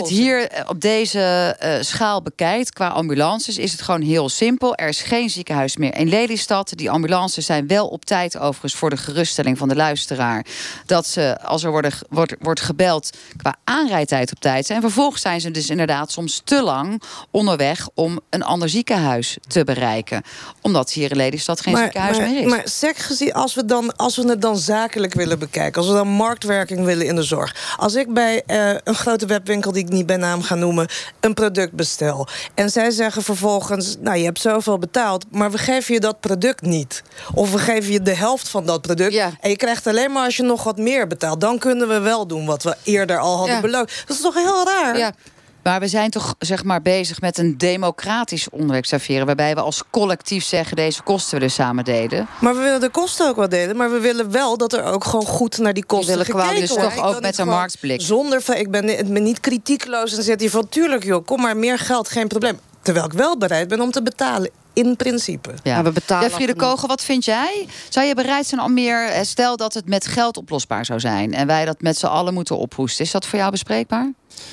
het hier op deze uh, schaal bekijkt, qua ambulances, is het gewoon heel simpel. Er is geen ziekenhuis meer in Lelystad. Die ambulances zijn wel op tijd, overigens, voor de geruststelling van de luisteraar, dat ze, als er worden, wordt, wordt gebeld, qua aanrijdtijd op tijd zijn. Vervolgens zijn ze dus inderdaad soms te lang onderweg om een ander ziekenhuis te bereiken. Omdat hier in Lelystad geen maar, ziekenhuis maar, meer is. Maar sec gezien, als we, dan, als we het dan zakelijk willen bekijken, als we dan marktwerking willen in de zorg. Als ik bij uh, een grote webwinkel, die ik niet bij naam ga noemen, een product bestel. En zij zeggen vervolgens, nou, je hebt zoveel betaald, maar we geven je dat product niet. Of we geven je de helft van dat product. Ja. En je krijgt alleen maar als je nog wat meer betaalt. Dan kunnen we wel doen wat we eerder al hadden ja. beloofd. Dat is toch heel raar? Ja. Maar we zijn toch, zeg maar, bezig met een democratisch onderwerp serveren, waarbij we als collectief zeggen, deze kosten we dus samen delen. Maar we willen de kosten ook wel delen. Maar we willen wel dat er ook gewoon goed naar die kosten gekeken wordt. We willen dus toch ook met een marktblik. Zonder, ik ben, ik ben niet kritiekloos en zet hier van, tuurlijk joh, kom maar, meer geld, geen probleem. Terwijl ik wel bereid ben om te betalen. In principe. Ja, we betalen. Jeffrey de Kogel, wat vind jij? Zou je bereid zijn om meer, stel dat het met geld oplosbaar zou zijn en wij dat met z'n allen moeten ophoesten? Is dat voor jou bespreekbaar?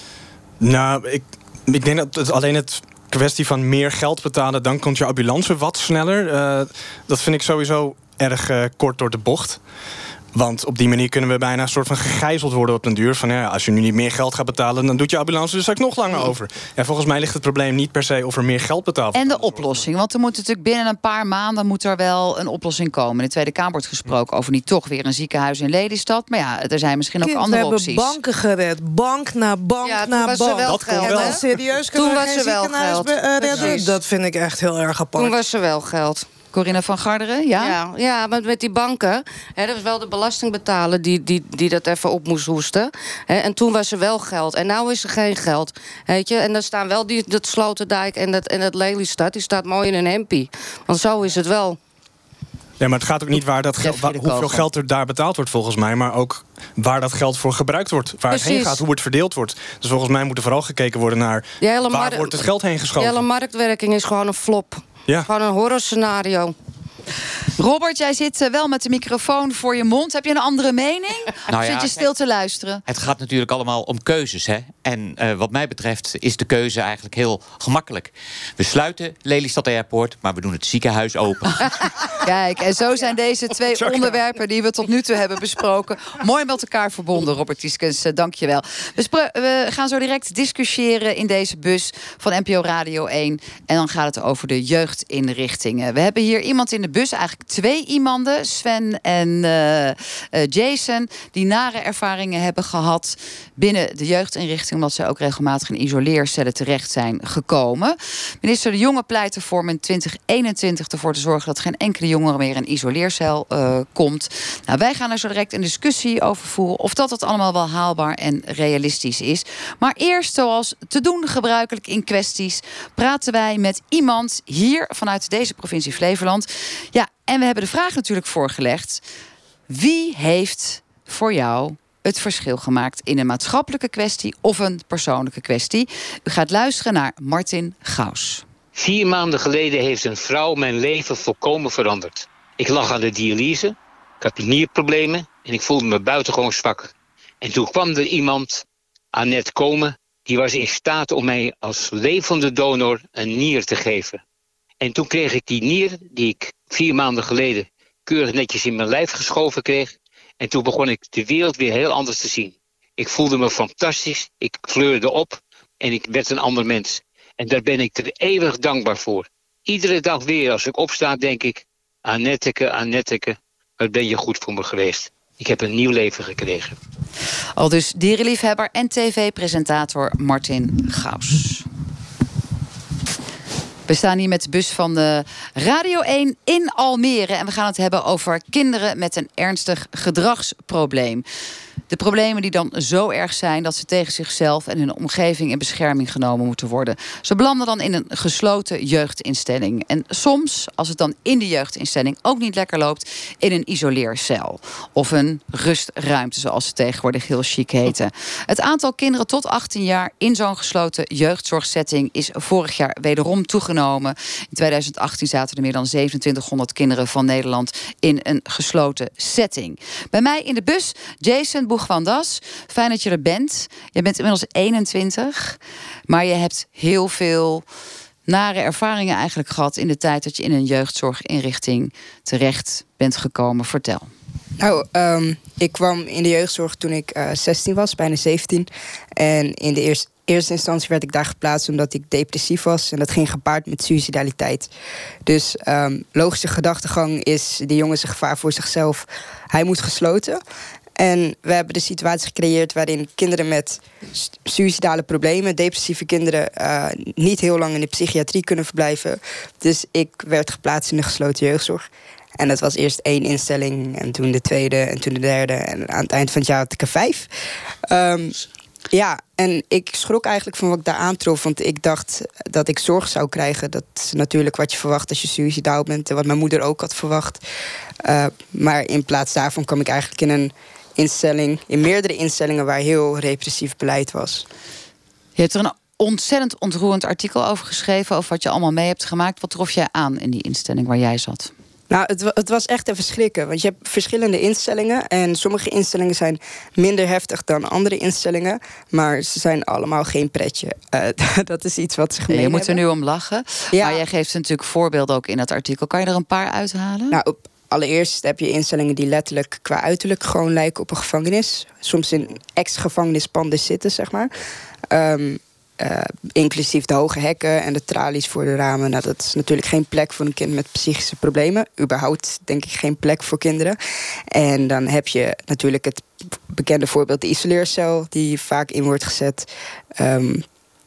Nou, ik, ik denk dat het alleen het kwestie van meer geld betalen, dan komt je ambulance wat sneller. Uh, dat vind ik sowieso erg uh, kort door de bocht. Want op die manier kunnen we bijna een soort van gegijzeld worden op den duur. Van ja, als je nu niet meer geld gaat betalen, dan doet je ambulance er straks nog langer over. Ja, volgens mij ligt het probleem niet per se of er meer geld betaald wordt. En de oplossing. Want er moet natuurlijk binnen een paar maanden moet er wel een oplossing komen. In de Tweede Kamer wordt gesproken over niet toch weer een ziekenhuis in Lelystad. Maar ja, er zijn misschien ook Kind, andere we opties. We hebben banken gered. Bank na bank ja, na bank. Wel dat geld. Wel. En serieus kunnen toen we was geen er wel ziekenhuis geld. Be, uh, redden? Precies. Dat vind ik echt heel erg apart. Toen was er wel geld. Corinne van Garderen, ja? Ja, ja, maar met die banken, hè, dat was wel de belastingbetaler die, die, die dat even op moest hoesten. Hè, en toen was er wel geld. En nu is er geen geld. Weet je? En dan staan wel die, dat Sloterdijk en dat, en dat Lelystad, die staat mooi in een hempie. Want zo is het wel. Ja, maar het gaat ook niet waar dat geld, waar, hoeveel geld er daar betaald wordt volgens mij, maar ook waar dat geld voor gebruikt wordt, waar Precies. het heen gaat, hoe het verdeeld wordt. Dus volgens mij moet er vooral gekeken worden naar waar mar- wordt het geld heen geschoven. De hele marktwerking is gewoon een flop. Ja. Gewoon een horrorscenario. Robert, jij zit wel met de microfoon voor je mond. Heb je een andere mening? Nou of ja, zit je stil te luisteren? Het gaat natuurlijk allemaal om keuzes. Hè? En uh, wat mij betreft is de keuze eigenlijk heel gemakkelijk. We sluiten Lelystad Airport, maar we doen het ziekenhuis open. Kijk, en zo zijn deze twee onderwerpen die we tot nu toe hebben besproken mooi met elkaar verbonden, Robert Tieskens. Dank je wel. We, spre- we gaan zo direct discussiëren in deze bus van N P O Radio één. En dan gaat het over de jeugdinrichtingen. We hebben hier iemand in de bus, eigenlijk twee iemanden, Sven en uh, uh, Jason, die nare ervaringen hebben gehad binnen de jeugdinrichting, omdat ze ook regelmatig in isoleercellen terecht zijn gekomen. Minister De Jonge pleit ervoor om in twintig eenentwintig ervoor te zorgen dat geen enkele jongere meer in een isoleercel uh, komt. Nou, wij gaan er zo direct een discussie over voeren of dat het allemaal wel haalbaar en realistisch is. Maar eerst, zoals te doen gebruikelijk in kwesties, praten wij met iemand hier vanuit deze provincie Flevoland. Ja, en we hebben de vraag natuurlijk voorgelegd: wie heeft voor jou het verschil gemaakt in een maatschappelijke kwestie of een persoonlijke kwestie? U gaat luisteren naar Martin Gauws. Vier maanden geleden heeft een vrouw mijn leven volkomen veranderd. Ik lag aan de dialyse, ik had nierproblemen en ik voelde me buitengewoon zwak. En toen kwam er iemand, Annette Komen, die was in staat om mij als levende donor een nier te geven. En toen kreeg ik die nier, die ik vier maanden geleden keurig netjes in mijn lijf geschoven kreeg. En toen begon ik de wereld weer heel anders te zien. Ik voelde me fantastisch, ik kleurde op en ik werd een ander mens. En daar ben ik er eeuwig dankbaar voor. Iedere dag weer als ik opsta denk ik: Annetteke, Annetteke, wat ben je goed voor me geweest. Ik heb een nieuw leven gekregen. Al dus dierenliefhebber en tv-presentator Martin Gauws. We staan hier met de bus van de Radio één in Almere. En we gaan het hebben over kinderen met een ernstig gedragsprobleem. De problemen die dan zo erg zijn dat ze tegen zichzelf en hun omgeving in bescherming genomen moeten worden. Ze belanden dan in een gesloten jeugdinstelling. En soms, als het dan in de jeugdinstelling ook niet lekker loopt, in een isoleercel. Of een rustruimte, zoals ze tegenwoordig heel chic heten. Het aantal kinderen tot achttien jaar in zo'n gesloten jeugdzorgsetting is vorig jaar wederom toegenomen. In tweeduizend achttien zaten er meer dan zevenentwintighonderd kinderen van Nederland in een gesloten setting. Bij mij in de bus Jason Boeg van Das, fijn dat je er bent. Je bent inmiddels eenentwintig, maar je hebt heel veel nare ervaringen eigenlijk gehad in de tijd dat je in een jeugdzorginrichting terecht bent gekomen. Vertel. Nou, um, ik kwam in de jeugdzorg toen ik uh, zestien was, bijna zeventien. En in de eerste, eerste instantie werd ik daar geplaatst omdat ik depressief was. En dat ging gepaard met suïcidaliteit. Dus um, logische gedachtegang is, die jongen is een gevaar voor zichzelf. Hij moet gesloten. En we hebben de situatie gecreëerd waarin kinderen met suïcidale problemen, depressieve kinderen, uh, niet heel lang in de psychiatrie kunnen verblijven. Dus ik werd geplaatst in de gesloten jeugdzorg. En dat was eerst één instelling en toen de tweede en toen de derde. En aan het eind van het jaar had ik er vijf. Um, ja, en ik schrok eigenlijk van wat ik daar aantrof. Want ik dacht dat ik zorg zou krijgen. Dat is natuurlijk wat je verwacht als je suïcidaal bent. En wat mijn moeder ook had verwacht. Uh, maar in plaats daarvan kwam ik eigenlijk in een instelling, in meerdere instellingen waar heel repressief beleid was. Je hebt er een ontzettend ontroerend artikel over geschreven, over wat je allemaal mee hebt gemaakt. Wat trof jij aan in die instelling waar jij zat? Nou, het, het was echt even schrikken. Want je hebt verschillende instellingen. En sommige instellingen zijn minder heftig dan andere instellingen. Maar ze zijn allemaal geen pretje. Uh, dat is iets wat ze gemeen Je moet er hebben. nu om lachen. Ja. Maar jij geeft natuurlijk voorbeelden ook in dat artikel. Kan je er een paar uithalen? Nou, op, allereerst heb je instellingen die letterlijk qua uiterlijk gewoon lijken op een gevangenis. Soms in ex-gevangenispanden zitten, zeg maar. Um, Uh, inclusief de hoge hekken en de tralies voor de ramen. Nou, dat is natuurlijk geen plek voor een kind met psychische problemen. Überhaupt denk ik geen plek voor kinderen. En dan heb je natuurlijk het bekende voorbeeld, de isoleercel, die vaak in wordt gezet. Um,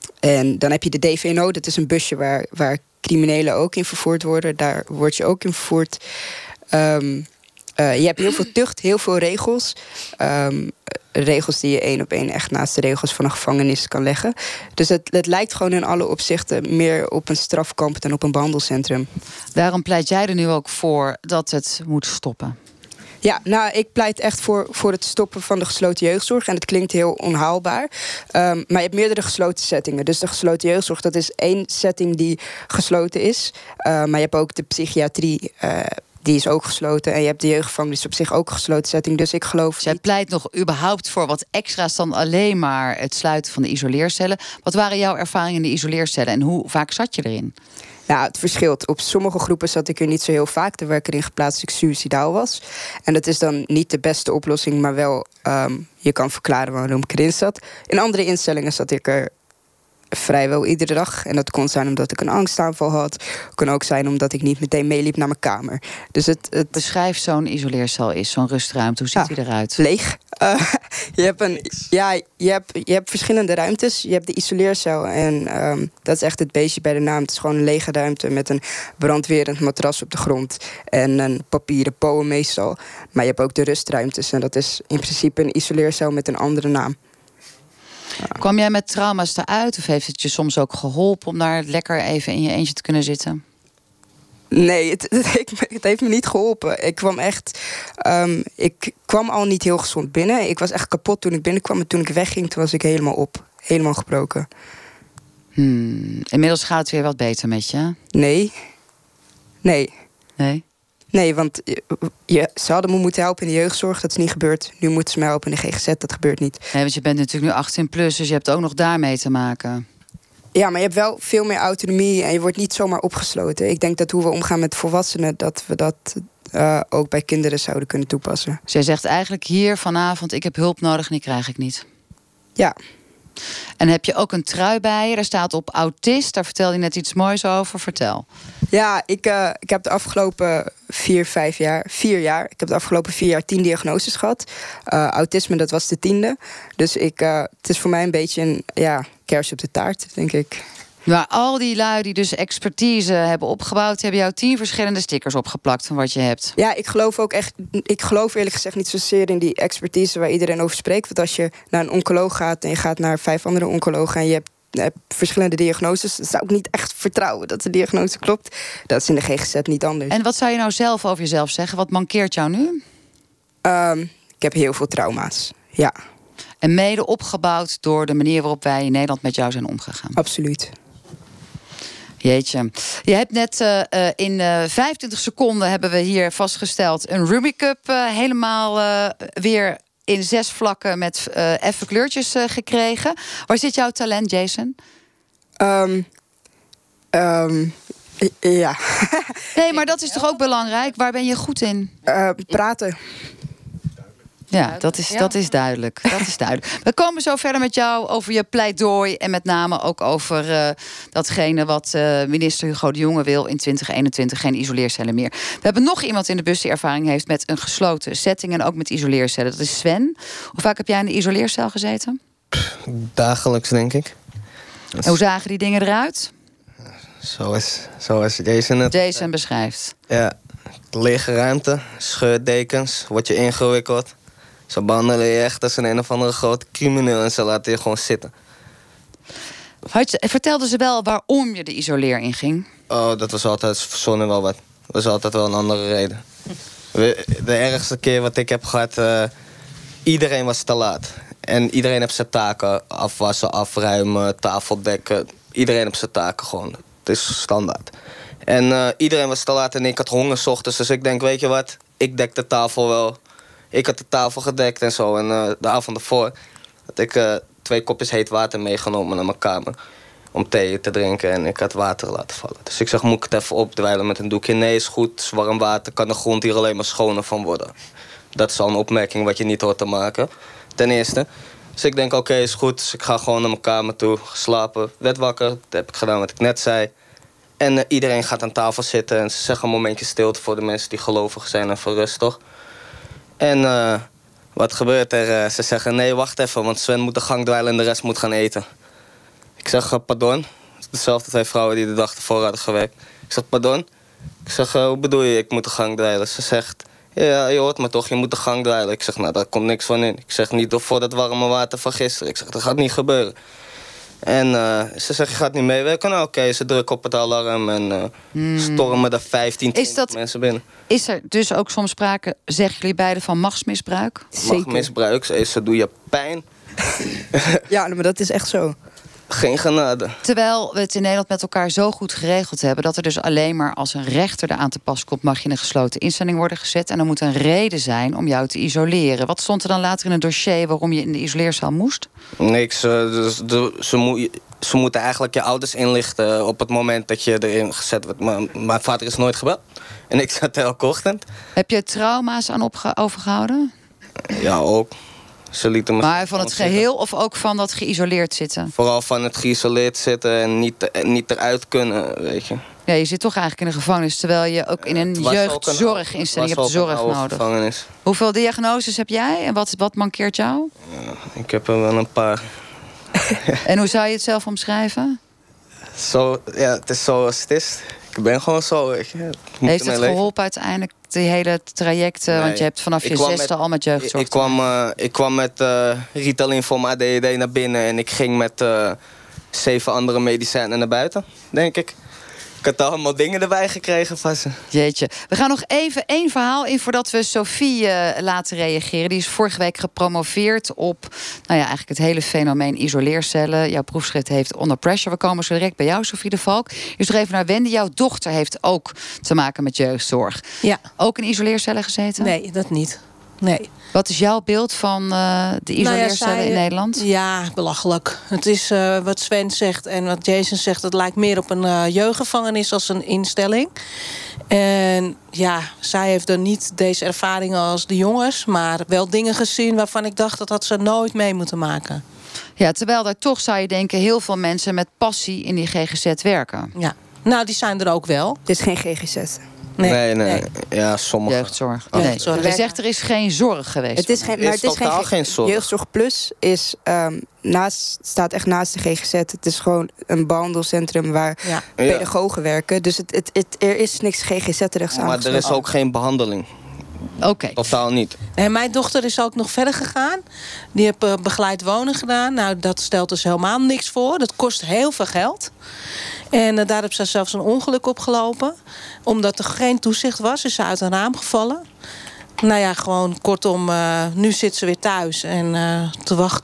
en dan heb je de D V N O, dat is een busje waar, waar criminelen ook in vervoerd worden. Daar word je ook in vervoerd. Um, uh, je hebt heel veel tucht, heel veel regels. Um, regels die je één op één echt naast de regels van een gevangenis kan leggen. Dus het, het lijkt gewoon in alle opzichten meer op een strafkamp dan op een behandelcentrum. Daarom pleit jij er nu ook voor dat het moet stoppen? Ja, nou, ik pleit echt voor, voor het stoppen van de gesloten jeugdzorg. En het klinkt heel onhaalbaar. Um, maar je hebt meerdere gesloten settingen. Dus de gesloten jeugdzorg, dat is één setting die gesloten is. Uh, maar je hebt ook de psychiatrie, Uh, die is ook gesloten. En je hebt de jeugdgevangenis op zich ook een gesloten setting. Dus ik geloof... Dus jij pleit nog überhaupt voor wat extra's dan alleen maar het sluiten van de isoleercellen. Wat waren jouw ervaringen in de isoleercellen en hoe vaak zat je erin? Nou, het verschilt. Op sommige groepen zat ik er niet zo heel vaak. Er werd erin geplaatst dat ik suïcidaal was. En dat is dan niet de beste oplossing, maar wel, um, je kan verklaren waarom ik erin zat. In andere instellingen zat ik er vrijwel iedere dag. En dat kon zijn omdat ik een angstaanval had. Het kon ook zijn omdat ik niet meteen meeliep naar mijn kamer. Dus het, het... Beschrijf zo'n isoleercel is, zo'n rustruimte. Hoe ziet ja, die eruit? Leeg. Uh, je, hebt een, ja, je, hebt, je hebt verschillende ruimtes. Je hebt de isoleercel. En um, dat is echt het beestje bij de naam. Het is gewoon een lege ruimte met een brandwerend matras op de grond. En een papieren poem meestal. Maar je hebt ook de rustruimtes. En dat is in principe een isoleercel met een andere naam. Kwam jij met trauma's eruit? Of heeft het je soms ook geholpen om daar lekker even in je eentje te kunnen zitten? Nee, het, het, heeft, me, het heeft me niet geholpen. Ik kwam echt... Um, ik kwam al niet heel gezond binnen. Ik was echt kapot toen ik binnenkwam. En toen ik wegging, toen was ik helemaal op. Helemaal gebroken. Hmm, inmiddels gaat het weer wat beter met je? Nee. Nee. Nee? Nee, want je, ze hadden me moeten helpen in de jeugdzorg. Dat is niet gebeurd. Nu moeten ze mij helpen in de G G Z. Dat gebeurt niet. Nee, want je bent natuurlijk nu achttien plus, dus je hebt ook nog daarmee te maken. Ja, maar je hebt wel veel meer autonomie en je wordt niet zomaar opgesloten. Ik denk dat hoe we omgaan met volwassenen, dat we dat uh, ook bij kinderen zouden kunnen toepassen. Dus jij zegt eigenlijk hier vanavond, ik heb hulp nodig en die krijg ik niet. Ja. En heb je ook een trui bij je? Daar staat op autist. Daar vertelde je net iets moois over. Vertel. Ja, ik, uh, ik heb de afgelopen vier, vijf jaar, vier jaar... ik heb de afgelopen vier jaar tien diagnoses gehad. Uh, autisme, dat was de tiende. Dus ik, uh, het is voor mij een beetje een ja, kers op de taart, denk ik. Maar al die lui die dus expertise hebben opgebouwd, hebben jou tien verschillende stickers opgeplakt van wat je hebt. Ja, ik geloof ook echt. Ik geloof eerlijk gezegd niet zozeer in die expertise waar iedereen over spreekt. Want als je naar een oncoloog gaat en je gaat naar vijf andere oncologen en je hebt, je hebt verschillende diagnoses, dan zou ik niet echt vertrouwen dat de diagnose klopt. Dat is in de G G Z niet anders. En wat zou je nou zelf over jezelf zeggen? Wat mankeert jou nu? Um, ik heb heel veel trauma's. Ja. En mede opgebouwd door de manier waarop wij in Nederland met jou zijn omgegaan. Absoluut. Jeetje. Je hebt net uh, in uh, vijfentwintig seconden hebben we hier vastgesteld een Rubik's Cube uh, helemaal uh, weer in zes vlakken met uh, effe kleurtjes uh, gekregen. Waar zit jouw talent, Jason? Um, um, ja. Nee, maar dat is toch ook belangrijk? Waar ben je goed in? Uh, praten. Ja, dat is, dat is duidelijk. Dat is duidelijk. We komen zo verder met jou over je pleidooi en met name ook over uh, datgene wat uh, minister Hugo de Jonge wil in twintig eenentwintig, geen isoleercellen meer. We hebben nog iemand in de bus die ervaring heeft met een gesloten setting en ook met isoleercellen. Dat is Sven. Hoe vaak heb jij in de isoleercel gezeten? Dagelijks, denk ik. En hoe zagen die dingen eruit? Zoals, zoals Jason het... Jason beschrijft. Ja, lege ruimte, scheurdekens, word je ingewikkeld. Ze behandelen je echt als een een of andere grote crimineel en ze laten je gewoon zitten. Had je, vertelde ze wel waarom je de isoleer inging? Oh, dat was altijd verzonnen wel wat. Dat was altijd wel een andere reden. De ergste keer wat ik heb gehad, uh, iedereen was te laat. En iedereen heeft zijn taken, afwassen, afruimen, tafel dekken. Iedereen heeft zijn taken gewoon. Het is standaard. En uh, iedereen was te laat en ik had honger 's ochtends. Dus ik denk, weet je wat, ik dek de tafel wel. Ik had de tafel gedekt en zo. En uh, de avond ervoor had ik uh, twee kopjes heet water meegenomen naar mijn kamer. Om thee te drinken en ik had water laten vallen. Dus ik zeg, moet ik het even opdwijlen met een doekje? Nee, is goed, warm water, kan de grond hier alleen maar schoner van worden. Dat is al een opmerking wat je niet hoort te maken, ten eerste. Dus ik denk, oké, okay, is goed. Dus ik ga gewoon naar mijn kamer toe, geslapen, werd wakker. Dat heb ik gedaan wat ik net zei. En uh, iedereen gaat aan tafel zitten en ze zeggen een momentje stilte voor de mensen die gelovig zijn en voor rust, toch? En uh, wat gebeurt er? Uh, ze zeggen, nee, wacht even, want Sven moet de gang dweilen en de rest moet gaan eten. Ik zeg, uh, pardon. Dezelfde twee vrouwen die de dag ervoor hadden gewerkt. Ik zeg, pardon? Ik zeg, uh, hoe bedoel je, ik moet de gang dweilen? Ze zegt, ja, je hoort me toch, je moet de gang dweilen. Ik zeg, nou, daar komt niks van in. Ik zeg, niet voor dat warme water van gisteren. Ik zeg, dat gaat niet gebeuren. En uh, ze zegt, je gaat niet meewerken? Nou, oké, okay. Ze drukken op het alarm en uh, hmm. stormen er vijftien, twintig dat, mensen binnen. Is er dus ook soms sprake, zeggen jullie beiden, van machtsmisbruik? Machtsmisbruik, ze doe je pijn. Ja, maar dat is echt zo. Geen genade. Terwijl we het in Nederland met elkaar zo goed geregeld hebben dat er dus alleen maar als een rechter eraan te pas komt, mag je in een gesloten instelling worden gezet. En er moet een reden zijn om jou te isoleren. Wat stond er dan later in het dossier waarom je in de isoleerzaal moest? Niks. Dus de, ze, mo ze moeten eigenlijk je ouders inlichten op het moment dat je erin gezet wordt. Maar mijn vader is nooit gebeld. En ik zat elke ochtend. Heb je trauma's aan overgehouden? Ja, ook. Ze lieten me maar van het geheel of ook van dat geïsoleerd zitten? Vooral van het geïsoleerd zitten en niet, niet eruit kunnen, weet je. Ja, je zit toch eigenlijk in de gevangenis, terwijl je ook in een jeugdzorginstelling hebt zorg nodig. Gevangenis. Hoeveel diagnoses heb jij en wat, wat mankeert jou? Ja, ik heb er wel een paar. En hoe zou je het zelf omschrijven? Zo, ja, het is zoals het is. Ik ben gewoon zo, weet je. Het Heeft het geholpen leven. uiteindelijk, die hele traject? Nee, want je hebt vanaf je zesde met, al met jeugdzorg. Ik kwam, uh, ik kwam met uh, Ritalin voor mijn A D H D naar binnen en ik ging met uh, zeven andere medicijnen naar buiten, denk ik. Ik had allemaal dingen erbij gekregen van ze. Jeetje. We gaan nog even één verhaal in voordat we Sophie uh, laten reageren. Die is vorige week gepromoveerd op nou ja, eigenlijk het hele fenomeen isoleercellen. Jouw proefschrift heeft Under Pressure. We komen zo direct bij jou, Sophie de Valk. Dus nog even naar Wendy. Jouw dochter heeft ook te maken met jeugdzorg. Ja. Ook in isoleercellen gezeten? Nee, dat niet. Nee. Wat is jouw beeld van uh, de isoleercellen nou ja, zij, in Nederland? Ja, belachelijk. Het is uh, wat Sven zegt en wat Jason zegt. Het lijkt meer op een uh, jeugdgevangenis als een instelling. En ja, zij heeft er niet deze ervaringen als de jongens, maar wel dingen gezien waarvan ik dacht dat had ze nooit mee moeten maken. Ja, terwijl er toch, zou je denken, heel veel mensen met passie in die G G Z werken. Ja, nou, die zijn er ook wel. Het is geen G G Z. Nee, nee, nee. nee. Ja, sommige. Jeugdzorg. Oh. Nee. Je zegt er is geen zorg geweest. Het is geen, maar het is geen, geen zorg. Jeugdzorg Plus is um, naast, staat echt naast de G G Z. Het is gewoon een behandelcentrum waar ja. pedagogen ja. werken. Dus het, het, het, er is niks G G Z-rechts aan. Maar er is ook geen behandeling. Oké. Okay. Totaal niet. En mijn dochter is ook nog verder gegaan. Die heeft uh, begeleid wonen gedaan. Nou, dat stelt dus helemaal niks voor. Dat kost heel veel geld. En uh, daar heb ze zelfs een ongeluk opgelopen. Omdat er geen toezicht was, is ze uit een raam gevallen. Nou ja, gewoon kortom, uh, nu zit ze weer thuis en uh, te wachten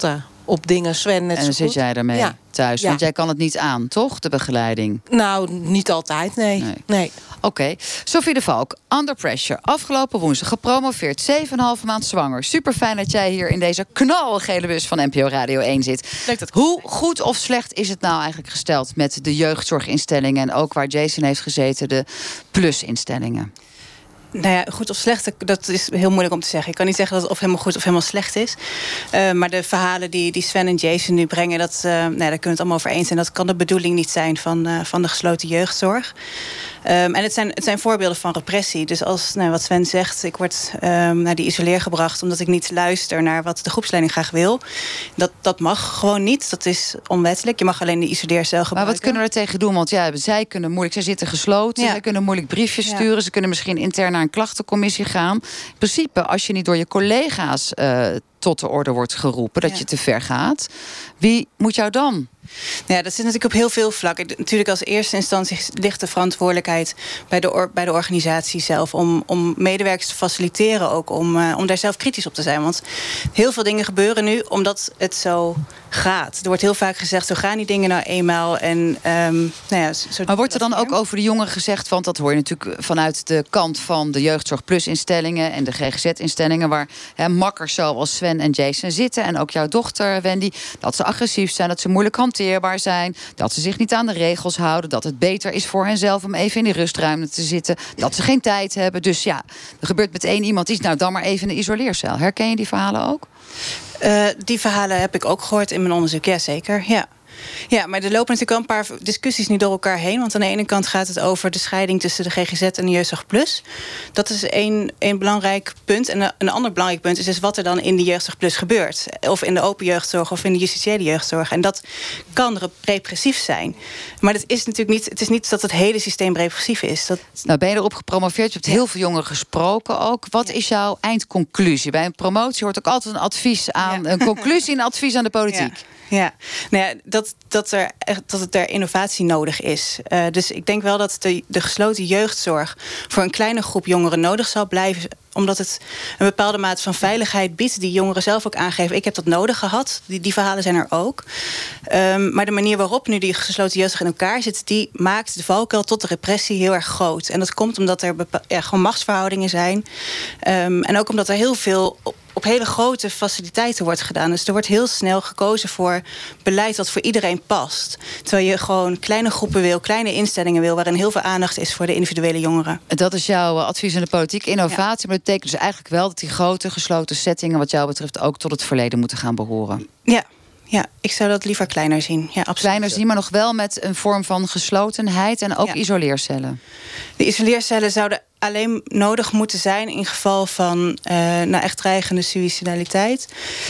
op dingen. Sven net En dan zo goed. zit jij ermee Ja. thuis. Ja. Want jij kan het niet aan, toch? De begeleiding. Nou, niet altijd, nee. Nee. nee. Oké. Okay. Sophie de Valk, Under Pressure. Afgelopen woensdag gepromoveerd. zeven en een halve maand zwanger. Super fijn dat jij hier in deze knalgele bus van N P O Radio één zit. Hoe goed of slecht is het nou eigenlijk gesteld met de jeugdzorginstellingen en ook waar Jason heeft gezeten, de plusinstellingen? Nou ja, goed of slecht, dat is heel moeilijk om te zeggen. Ik kan niet zeggen dat het of helemaal goed of helemaal slecht is. Uh, maar de verhalen die, die Sven en Jason nu brengen, dat, uh, nou, daar kunnen we het allemaal over eens zijn. Dat kan de bedoeling niet zijn van, uh, van de gesloten jeugdzorg. Um, en het zijn, het zijn voorbeelden van repressie. Dus als, nou, wat Sven zegt, ik word um, naar die isoleer gebracht omdat ik niet luister naar wat de groepsleiding graag wil. Dat, dat mag gewoon niet. Dat is onwettelijk. Je mag alleen de isoleercel gebruiken. Maar wat kunnen we er tegen doen? Want ja, zij kunnen moeilijk, zij zitten gesloten. Ja. Zij kunnen moeilijk briefjes Ja. sturen. Ze kunnen misschien intern naar een klachtencommissie gaan. In principe, als je niet door je collega's uh, tot de orde wordt geroepen, dat Ja. je te ver gaat, wie moet jou dan? Ja, dat zit natuurlijk op heel veel vlakken. Natuurlijk als eerste instantie ligt de verantwoordelijkheid bij de, or, bij de organisatie zelf om, om medewerkers te faciliteren ook, om, uh, om daar zelf kritisch op te zijn. Want heel veel dingen gebeuren nu omdat het zo gaat. Er wordt heel vaak gezegd, zo gaan die dingen nou eenmaal. En, um, nou ja, zo maar wordt er dan ook over de jongeren gezegd, want dat hoor je natuurlijk vanuit de kant van de Jeugdzorg Plus instellingen en de G G Z-instellingen, waar hè, makkers zoals Sven en Jason zitten en ook jouw dochter Wendy, dat ze agressief zijn, dat ze moeilijk hanteerbaar zijn, dat ze zich niet aan de regels houden, dat het beter is voor henzelf om even in die rustruimte te zitten, dat ze geen tijd hebben. Dus ja, er gebeurt met één iemand iets, nou dan maar even in de isoleercel. Herken je die verhalen ook? Uh, die verhalen heb ik ook gehoord in mijn onderzoek, ja zeker, ja. Ja, maar er lopen natuurlijk al een paar discussies nu door elkaar heen. Want aan de ene kant gaat het over de scheiding tussen de G G Z en de Jeugdzorg Plus. Dat is één, één belangrijk punt. En een ander belangrijk punt is dus wat er dan in de Jeugdzorg Plus gebeurt. Of in de open jeugdzorg of in de justitiële jeugdzorg. En dat kan repressief zijn. Maar dat is natuurlijk niet, het is niet dat het hele systeem repressief is. Dat... Nou, ben je erop gepromoveerd? Je hebt heel veel jongeren gesproken ook. Wat is jouw eindconclusie? Bij een promotie hoort ook altijd een advies aan, ja. een conclusie en een advies aan de politiek. Ja. Ja, nou ja, dat, dat, er, dat het er innovatie nodig is. Uh, dus ik denk wel dat de, de gesloten jeugdzorg voor een kleine groep jongeren nodig zal blijven, omdat het een bepaalde mate van veiligheid biedt, die jongeren zelf ook aangeven. Ik heb dat nodig gehad. Die, die verhalen zijn er ook. Um, maar de manier waarop nu die gesloten jeugdzorg in elkaar zit, die maakt de valkuil tot de repressie heel erg groot. En dat komt omdat er bepa- ja, gewoon machtsverhoudingen zijn. Um, en ook omdat er heel veel op, op hele grote faciliteiten wordt gedaan. Dus er wordt heel snel gekozen voor beleid dat voor iedereen past. Terwijl je gewoon kleine groepen wil, kleine instellingen wil, waarin heel veel aandacht is voor de individuele jongeren. Dat is jouw advies aan de politiek, innovatie. Ja. Maar dat betekent dus eigenlijk wel dat die grote gesloten settingen, wat jou betreft, ook tot het verleden moeten gaan behoren. Ja. Ja, ik zou dat liever kleiner zien. Ja, absoluut. Kleiner zien, maar nog wel met een vorm van geslotenheid en ook ja. isoleercellen. De isoleercellen zouden alleen nodig moeten zijn in geval van uh, nou echt dreigende suïcidaliteit.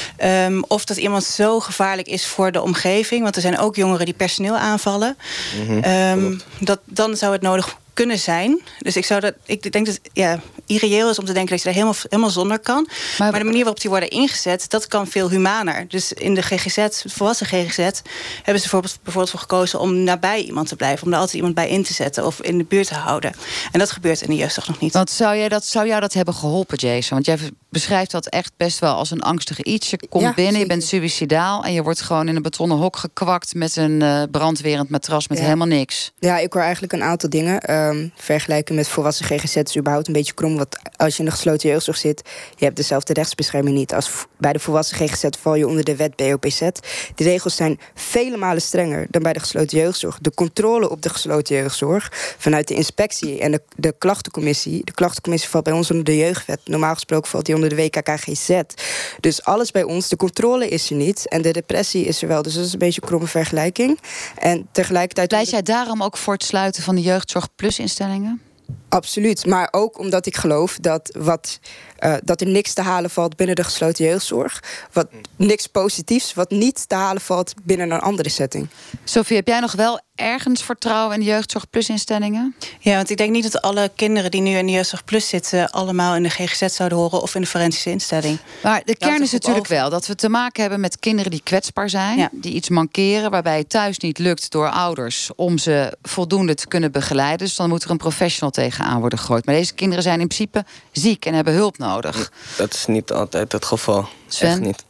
Um, of dat iemand zo gevaarlijk is voor de omgeving. Want er zijn ook jongeren die personeel aanvallen. Mm-hmm. um, dat, dan zou het nodig kunnen zijn. Dus ik zou dat. Ik denk dat ja, irreëel is om te denken dat je daar helemaal, helemaal zonder kan. Maar, maar de manier waarop die worden ingezet, dat kan veel humaner. Dus in de G G Z, de volwassen G G Z, hebben ze bijvoorbeeld, bijvoorbeeld voor gekozen om nabij iemand te blijven, om er altijd iemand bij in te zetten of in de buurt te houden. En dat gebeurt in de jeugdzorg nog niet. Want zou jij dat, zou jou dat hebben geholpen, Jason? Want jij beschrijft dat echt best wel als een angstig iets. Je komt ja, binnen, zeker. Je bent suïcidaal en je wordt gewoon in een betonnen hok gekwakt met een uh, brandwerend matras met ja. helemaal niks. Ja, ik hoor eigenlijk een aantal dingen. Um, vergelijken met volwassen G G Z is überhaupt een beetje krom. Want als je in de gesloten jeugdzorg zit, je hebt dezelfde rechtsbescherming niet. Als bij de volwassen G G Z val je onder de wet B O P Z. De regels zijn vele malen strenger dan bij de gesloten jeugdzorg. De controle op de gesloten jeugdzorg vanuit de inspectie en de, de klachtencommissie. De klachtencommissie valt bij ons onder de jeugdwet. Normaal gesproken valt die onder de W K K G Z. Dus alles bij ons, de controle is er niet en de repressie is er wel. Dus dat is een beetje een kromme vergelijking. En tegelijkertijd pleit jij daarom ook voor het sluiten van de Jeugdzorg Plus instellingen? Absoluut, maar ook omdat ik geloof dat, wat, uh, dat er niks te halen valt binnen de gesloten jeugdzorg. Wat, niks positiefs, wat niet te halen valt binnen een andere setting. Sophie, heb jij nog wel ergens vertrouwen in de Jeugdzorg Plus instellingen? Ja, want ik denk niet dat alle kinderen die nu in de Jeugdzorg Plus zitten allemaal in de G G Z zouden horen of in de forensische instelling. Maar de kern is natuurlijk wel dat we te maken hebben met kinderen die kwetsbaar zijn, ja. die iets mankeren, waarbij het thuis niet lukt door ouders om ze voldoende te kunnen begeleiden. Dus dan moet er een professional tegenaan worden gegooid. Maar deze kinderen zijn in principe ziek en hebben hulp nodig. Dat is niet altijd het geval. Sven? Echt niet.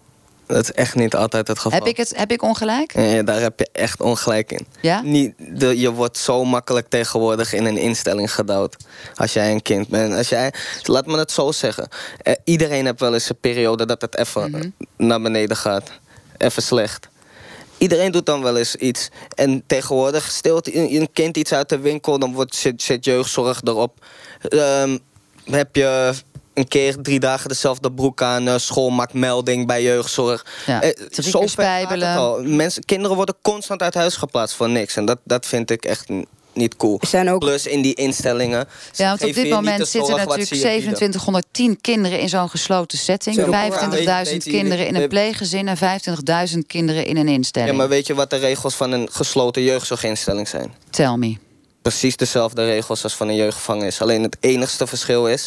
Dat is echt niet altijd het geval. Heb ik, het, heb ik ongelijk? Ja, daar heb je echt ongelijk in. Ja? Niet, de, je wordt zo makkelijk tegenwoordig in een instelling gedouwd. Als jij een kind bent. Als jij, laat me het zo zeggen. Eh, iedereen heeft wel eens een periode dat het even mm-hmm. naar beneden gaat. Even slecht. Iedereen doet dan wel eens iets. En tegenwoordig steelt een kind iets uit de winkel, dan wordt, zit, zit jeugdzorg erop. Um, heb je een keer drie dagen dezelfde broek aan, uh, school maakt melding bij jeugdzorg. Ja, uh, drie keer spijbelen. Mensen, kinderen worden constant uit huis geplaatst voor niks. En dat, dat vind ik echt niet cool. Zijn ook... Plus in die instellingen. Ja, want op dit moment zitten natuurlijk zevenentwintighonderdtien kinderen in zo'n gesloten setting. vijfentwintigduizend kinderen in een pleeggezin en vijfentwintigduizend kinderen in een instelling. Ja, maar weet je wat de regels van een gesloten jeugdzorginstelling zijn? Tell me. Precies dezelfde regels als van een jeugdgevangenis. Alleen het enigste verschil is,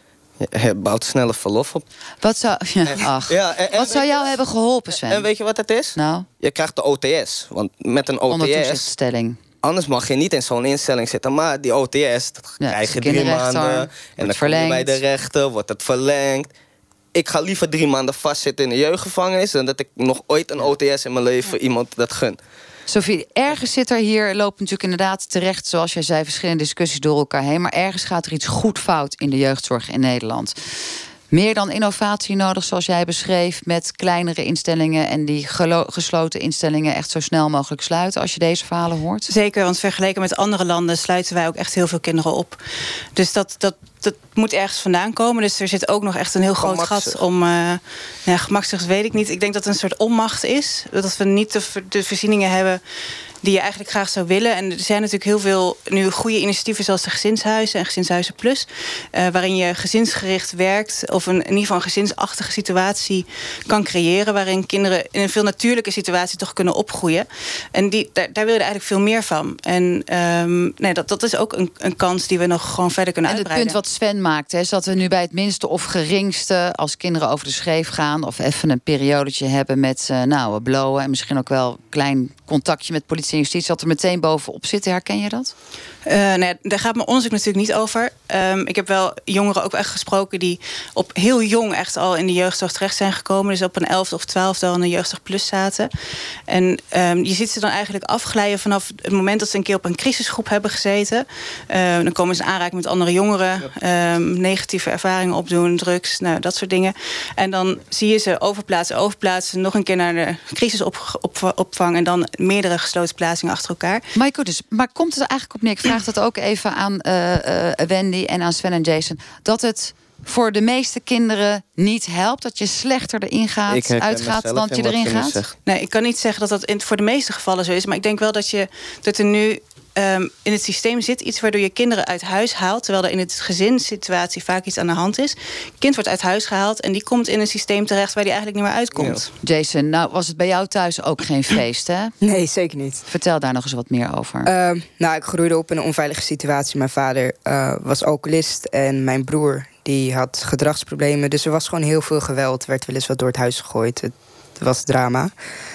je bouwt sneller verlof op. Wat zou, ja, ach. Ja, en, en, wat zou jou hebben geholpen, Sven? En weet je wat het is? Nou? Je krijgt de O T S. Want met een O T S... Ondertoezichtstelling. Anders mag je niet in zo'n instelling zitten. Maar die O T S, dat ja, krijg je drie maanden. En dan kom je bij de rechter, wordt het verlengd. Ik ga liever drie maanden vastzitten in een jeugdgevangenis dan dat ik nog ooit een O T S in mijn leven iemand dat gun. Sophie, ergens zit er hier, loopt natuurlijk inderdaad terecht, zoals jij zei, verschillende discussies door elkaar heen. Maar ergens gaat er iets goed fout in de jeugdzorg in Nederland. Meer dan innovatie nodig, zoals jij beschreef, met kleinere instellingen en die gelo- gesloten instellingen echt zo snel mogelijk sluiten, als je deze verhalen hoort? Zeker, want vergeleken met andere landen sluiten wij ook echt heel veel kinderen op. Dus dat, dat, dat moet ergens vandaan komen. Dus er zit ook nog echt een heel groot gat om... Uh, ja, gemakzucht weet ik niet. Ik denk dat het een soort onmacht is. Dat we niet de, de voorzieningen hebben die je eigenlijk graag zou willen. En er zijn natuurlijk heel veel nu goede initiatieven zoals de gezinshuizen en Gezinshuizen Plus, Uh, waarin je gezinsgericht werkt of een, in ieder geval een gezinsachtige situatie kan creëren, waarin kinderen in een veel natuurlijke situatie toch kunnen opgroeien. En die, daar, daar wil je eigenlijk veel meer van. En um, nee, dat, dat is ook een, een kans die we nog gewoon verder kunnen en uitbreiden. En het punt wat Sven maakt, hè, is dat we nu bij het minste of geringste, als kinderen over de schreef gaan of even een periodetje hebben met uh, nou, blowen en misschien ook wel een klein contactje met politie en justitie, dat er meteen bovenop zit. Herken je dat? Uh, nee, daar gaat mijn onderzoek natuurlijk niet over. Um, ik heb wel jongeren ook echt gesproken die op heel jong echt al in de jeugdzorg terecht zijn gekomen. Dus op een elfde of twaalfde al in de jeugdzorg plus zaten. En um, je ziet ze dan eigenlijk afglijden vanaf het moment dat ze een keer op een crisisgroep hebben gezeten. Uh, dan komen ze in aanraking met andere jongeren. Um, negatieve ervaringen opdoen, drugs, nou, dat soort dingen. En dan zie je ze overplaatsen, overplaatsen, nog een keer naar de crisisopvang en dan meerdere gesloten plaatsingen achter elkaar. My goodness, maar komt het er eigenlijk op neer? Ik vraag dat ook even aan uh, uh, Wendy en aan Sven en Jason. Dat het voor de meeste kinderen niet helpt, dat je slechter erin gaat, uitgaat dan dat je erin gaat? Nee, ik kan niet zeggen dat dat in, voor de meeste gevallen zo is. Maar ik denk wel dat, je, dat er nu um, in het systeem zit iets waardoor je kinderen uit huis haalt, terwijl er in het gezinssituatie vaak iets aan de hand is. Kind wordt uit huis gehaald en die komt in een systeem terecht waar die eigenlijk niet meer uitkomt. Ja. Jason, nou was het bij jou thuis ook geen feest, hè? Nee, zeker niet. Vertel daar nog eens wat meer over. Uh, nou, ik groeide op in een onveilige situatie. Mijn vader uh, was alcoholist en mijn broer die had gedragsproblemen. Dus er was gewoon heel veel geweld. Er werd wel eens wat door het huis gegooid. Het was drama.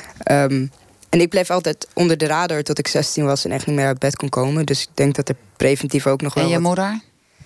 Um, en ik bleef altijd onder de radar tot ik zestien was en echt niet meer uit bed kon komen. Dus ik denk dat er preventief ook nog wel. En je wat... moeder?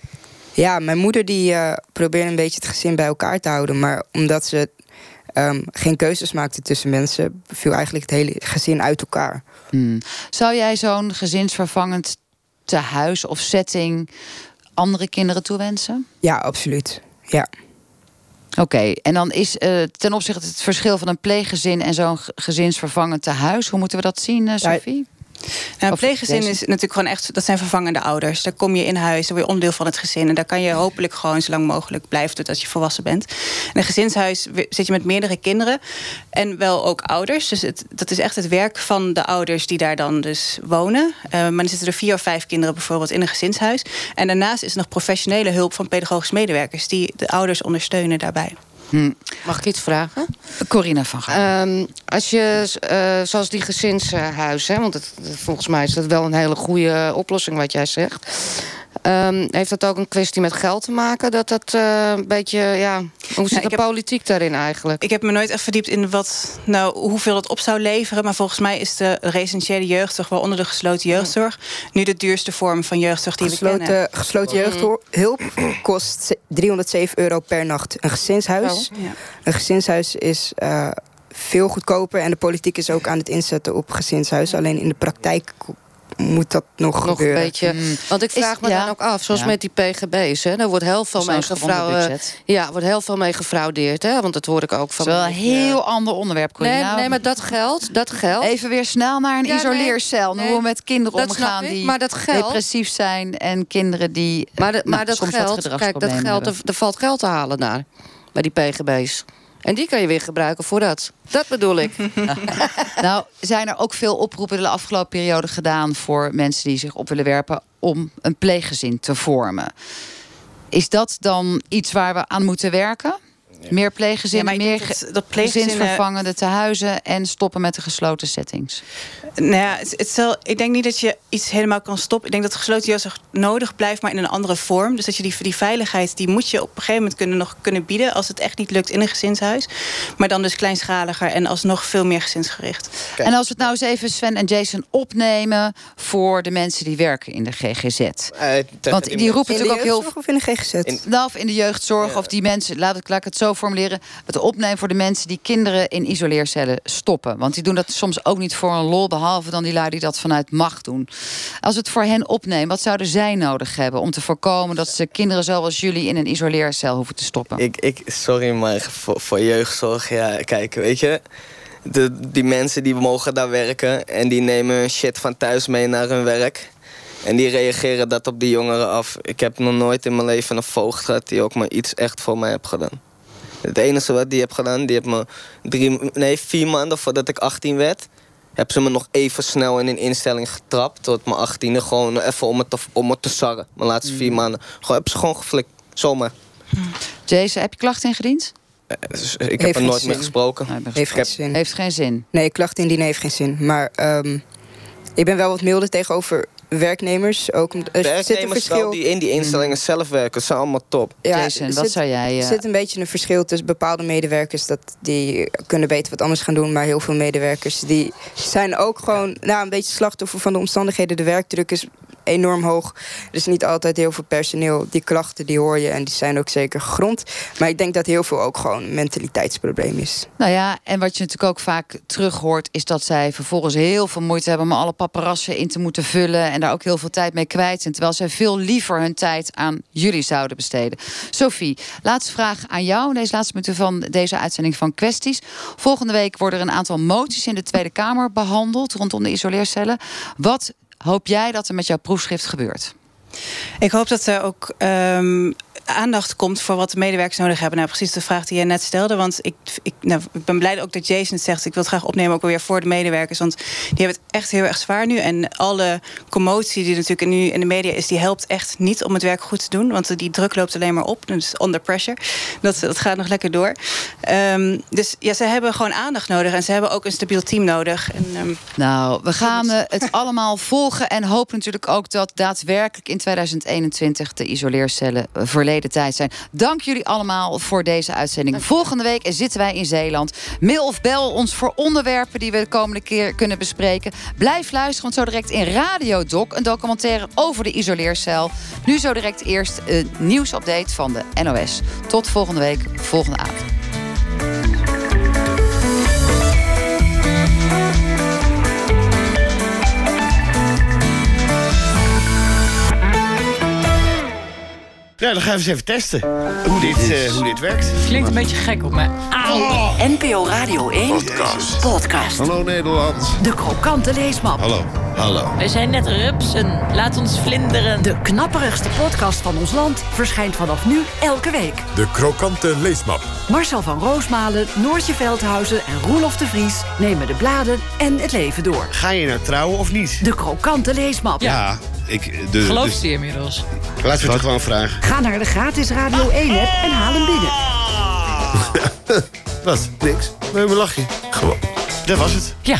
Ja, mijn moeder die uh, probeerde een beetje het gezin bij elkaar te houden. Maar omdat ze um, geen keuzes maakte tussen mensen, viel eigenlijk het hele gezin uit elkaar. Hmm. Zou jij zo'n gezinsvervangend tehuis of setting andere kinderen toewensen? Ja, absoluut. Ja. Oké, okay. En dan is uh, ten opzichte het verschil van een pleeggezin en zo'n gezinsvervangend tehuis. Hoe moeten we dat zien, uh, Sophie? Nou, een pleeggezin is natuurlijk gewoon echt, dat zijn vervangende ouders. Daar kom je in huis, dan word je onderdeel van het gezin. En daar kan je hopelijk gewoon zo lang mogelijk blijven totdat je volwassen bent. In een gezinshuis zit je met meerdere kinderen en wel ook ouders. Dus het, dat is echt het werk van de ouders die daar dan dus wonen. Uh, maar dan zitten er vier of vijf kinderen bijvoorbeeld in een gezinshuis. En daarnaast is er nog professionele hulp van pedagogisch medewerkers die de ouders ondersteunen daarbij. Hmm. Mag ik iets vragen? Corina van Gaal. Um, als je, uh, zoals die gezinshuizen, want het, volgens mij is dat wel een hele goede oplossing wat jij zegt. Um, heeft dat ook een kwestie met geld te maken? Dat dat uh, een beetje, ja, hoe zit ja, de heb, politiek daarin eigenlijk? Ik heb me nooit echt verdiept in wat, nou, hoeveel het op zou leveren. Maar volgens mij is de residentiële jeugdzorg, waaronder de gesloten jeugdzorg, nu de duurste vorm van jeugdzorg die gesloten, we kennen. Gesloten jeugdhulp kost driehonderdzeven euro per nacht. Een gezinshuis, oh. ja. Een gezinshuis is uh, veel goedkoper. En de politiek is ook aan het inzetten op gezinshuizen. Alleen in de praktijk moet dat nog, nog gebeuren. een beetje. Mm. Want ik vraag me ja. dan ook af, zoals ja. met die P G B's, hè, daar wordt heel veel mee gefraudeerd. Ja, wordt heel veel mee gefraudeerd, hè? Want dat hoor ik ook van. Dat is wel een heel uh, ander onderwerp, Corrie. Nee, nou, nee, maar dat geldt, dat geldt. Even weer snel naar een ja, isoleercel. Nee, hoe we met kinderen omgaan die maar dat geldt, depressief zijn en kinderen die. Maar, de, nou, maar dat geldt. Kijk, dat geldt. Er, er valt geld te halen daar bij die P G B's. En die kan je weer gebruiken voor dat. Dat bedoel ik. Nou, zijn er ook veel oproepen de afgelopen periode gedaan voor mensen die zich op willen werpen om een pleeggezin te vormen. Is dat dan iets waar we aan moeten werken? Ja. Meer pleeggezinnen, ja, meer dat, dat gezinsvervangende tehuizen en stoppen met de gesloten settings? Nou ja, het, het zal, ik denk niet dat je iets helemaal kan stoppen. Ik denk dat de gesloten jeugdzorg nodig blijft, maar in een andere vorm. Dus dat je die, die veiligheid, die moet je op een gegeven moment kunnen, nog kunnen bieden als het echt niet lukt in een gezinshuis. Maar dan dus kleinschaliger en alsnog veel meer gezinsgericht. Kijk. En als we het nou eens even, Sven en Jason, opnemen voor de mensen die werken in de G G Z. Uh, Want die roepen natuurlijk ook heel veel. Of in de G G Z? In, nou, of in de jeugdzorg, ja. Of die mensen, laat ik, laat ik het zo formuleren, het opnemen voor de mensen die kinderen in isoleercellen stoppen. Want die doen dat soms ook niet voor een lol, behalve dan die lui die dat vanuit macht doen. Als we het voor hen opnemen, wat zouden zij nodig hebben om te voorkomen dat ze kinderen zoals jullie in een isoleercel hoeven te stoppen? Ik, ik, sorry, maar voor, voor jeugdzorg, ja, kijk, weet je, de, die mensen die mogen daar werken en die nemen hun shit van thuis mee naar hun werk. En die reageren dat op die jongeren af. Ik heb nog nooit in mijn leven een voogd gehad die ook maar iets echt voor mij heeft gedaan. Het enige wat die heb gedaan, die heeft me drie, nee, vier maanden voordat ik achttien werd, hebben ze me nog even snel in een instelling getrapt tot mijn achttiende. Gewoon even om het te, om het te sarren. Mijn laatste mm. vier maanden. Gewoon, hebben ze gewoon geflikt. Zomaar. Jason, heb je klachten ingediend? Uh, dus ik heb er nooit zin. meer gesproken. Nee, heeft, geen heb... zin. heeft geen zin? Nee, klachten indienen heeft geen zin. Maar um, ik ben wel wat milder tegenover werknemers. Ook, er werknemers zit een verschil wel die in die instellingen mm. zelf werken. zijn allemaal top. Ja, Jason, wat zit, zou jij... Uh... Er zit een beetje een verschil tussen bepaalde medewerkers. Dat die kunnen beter wat anders gaan doen. Maar heel veel medewerkers die zijn ook gewoon nou, een beetje slachtoffer van de omstandigheden. De werkdruk is enorm hoog. Er is niet altijd heel veel personeel. Die klachten die hoor je en die zijn ook zeker gegrond. Maar ik denk dat heel veel ook gewoon een mentaliteitsprobleem is. Nou ja, en wat je natuurlijk ook vaak terug hoort is dat zij vervolgens heel veel moeite hebben om alle paparassen in te moeten vullen en daar ook heel veel tijd mee kwijt zijn. Terwijl zij veel liever hun tijd aan jullie zouden besteden. Sophie, laatste vraag aan jou. Deze laatste minuten van deze uitzending van Kwesties. Volgende week worden er een aantal moties in de Tweede Kamer behandeld rondom de isoleercellen. Wat hoop jij dat er met jouw proefschrift gebeurt? Ik hoop dat er ook um, aandacht komt voor wat de medewerkers nodig hebben. Nou, precies de vraag die jij net stelde. Want ik, ik, nou, ik ben blij ook dat Jason het zegt. Ik wil het graag opnemen ook alweer voor de medewerkers. Want die hebben het echt heel erg zwaar nu. En alle commotie die natuurlijk nu in de media is, die helpt echt niet om het werk goed te doen. Want die druk loopt alleen maar op. Dus under pressure. Dat, dat gaat nog lekker door. Um, dus ja, ze hebben gewoon aandacht nodig. En ze hebben ook een stabiel team nodig. En, um, nou, we gaan uh, het allemaal volgen. En hopen natuurlijk ook dat daadwerkelijk in tweeduizend eenentwintig de isoleercellen verleden tijd zijn. Dank jullie allemaal voor deze uitzending. Volgende week zitten wij in Zeeland. Mail of bel ons voor onderwerpen die we de komende keer kunnen bespreken. Blijf luisteren, want zo direct in Radio Doc een documentaire over de isoleercel. Nu zo direct eerst een nieuwsupdate van de N O S. Tot volgende week, volgende avond. Ja, dan gaan we eens even testen hoe dit, uh, hoe dit werkt. Klinkt een beetje gek op mij. Oh. N P O Radio één. Podcast. Podcast. Hallo Nederland. De krokante leesmap. Hallo. Hallo. We zijn net rupsen. Laat ons vlinderen. De knapperigste podcast van ons land verschijnt vanaf nu elke week. De krokante leesmap. Marcel van Roosmalen, Noortje Veldhuizen en Roelof de Vries nemen de bladen en het leven door. Ga je nou trouwen of niet? De krokante leesmap. Ja. Ik, de, Gelooft dus, hij inmiddels? Laten we het gewoon vragen. Ga naar de gratis Radio één-app en haal hem binnen. Wat? Niks? Waarom lach je? Gewoon. Dat was het. Ja.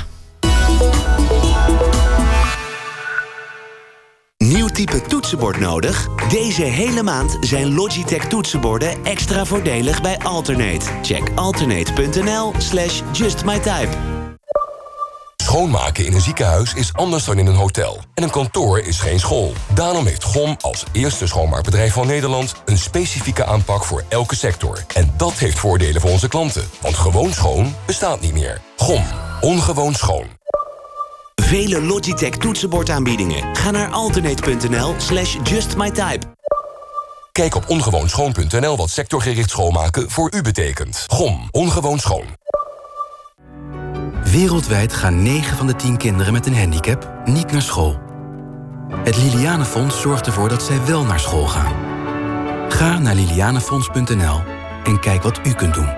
Nieuw type toetsenbord nodig? Deze hele maand zijn Logitech toetsenborden extra voordelig bij Alternate. Check alternate punt n l slash just my type. Schoonmaken in een ziekenhuis is anders dan in een hotel. En een kantoor is geen school. Daarom heeft G O M als eerste schoonmaakbedrijf van Nederland een specifieke aanpak voor elke sector. En dat heeft voordelen voor onze klanten. Want gewoon schoon bestaat niet meer. G O M. Ongewoon schoon. Vele Logitech toetsenbordaanbiedingen. Ga naar alternate.nl slash justmytype. Kijk op ongewoonschoon punt n l wat sectorgericht schoonmaken voor u betekent. G O M. Ongewoon schoon. Wereldwijd gaan negen van de tien kinderen met een handicap niet naar school. Het Lilianenfonds zorgt ervoor dat zij wel naar school gaan. Ga naar lilianenfonds punt n l en kijk wat u kunt doen.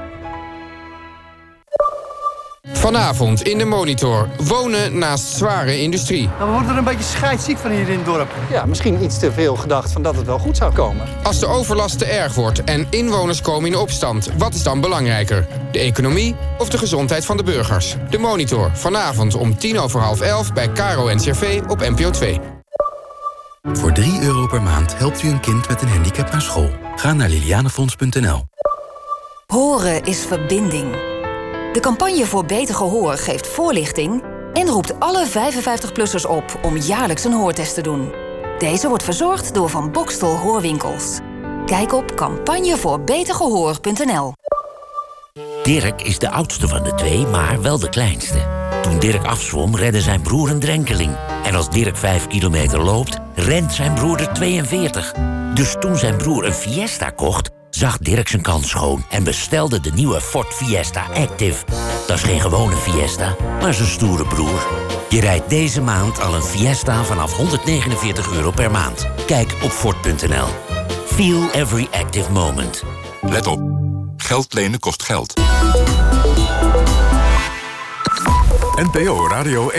Vanavond in de Monitor. Wonen naast zware industrie. Nou, we worden er een beetje scheidsziek van hier in het dorp. Ja, misschien iets te veel gedacht van dat het wel goed zou komen. Als de overlast te erg wordt en inwoners komen in opstand, wat is dan belangrijker? De economie of de gezondheid van de burgers? De Monitor. Vanavond om tien over half elf bij Caro N C R V op N P O twee. Voor drie euro per maand helpt u een kind met een handicap naar school. Ga naar lilianenfonds punt n l. Horen is verbinding. De campagne voor beter gehoor geeft voorlichting en roept alle vijfenvijftig-plussers op om jaarlijks een hoortest te doen. Deze wordt verzorgd door Van Bokstel Hoorwinkels. Kijk op campagne voor beter gehoor punt n l. Dirk is de oudste van de twee, maar wel de kleinste. Toen Dirk afzwom, redde zijn broer een drenkeling. En als Dirk vijf kilometer loopt, rent zijn broer er tweeënveertig. Dus toen zijn broer een Fiesta kocht, zag Dirk zijn kans schoon en bestelde de nieuwe Ford Fiesta Active. Dat is geen gewone Fiesta, maar zijn stoere broer. Je rijdt deze maand al een Fiesta vanaf honderdnegenenveertig euro per maand. Kijk op Ford punt n l. Feel every active moment. Let op. Geld lenen kost geld. N P O Radio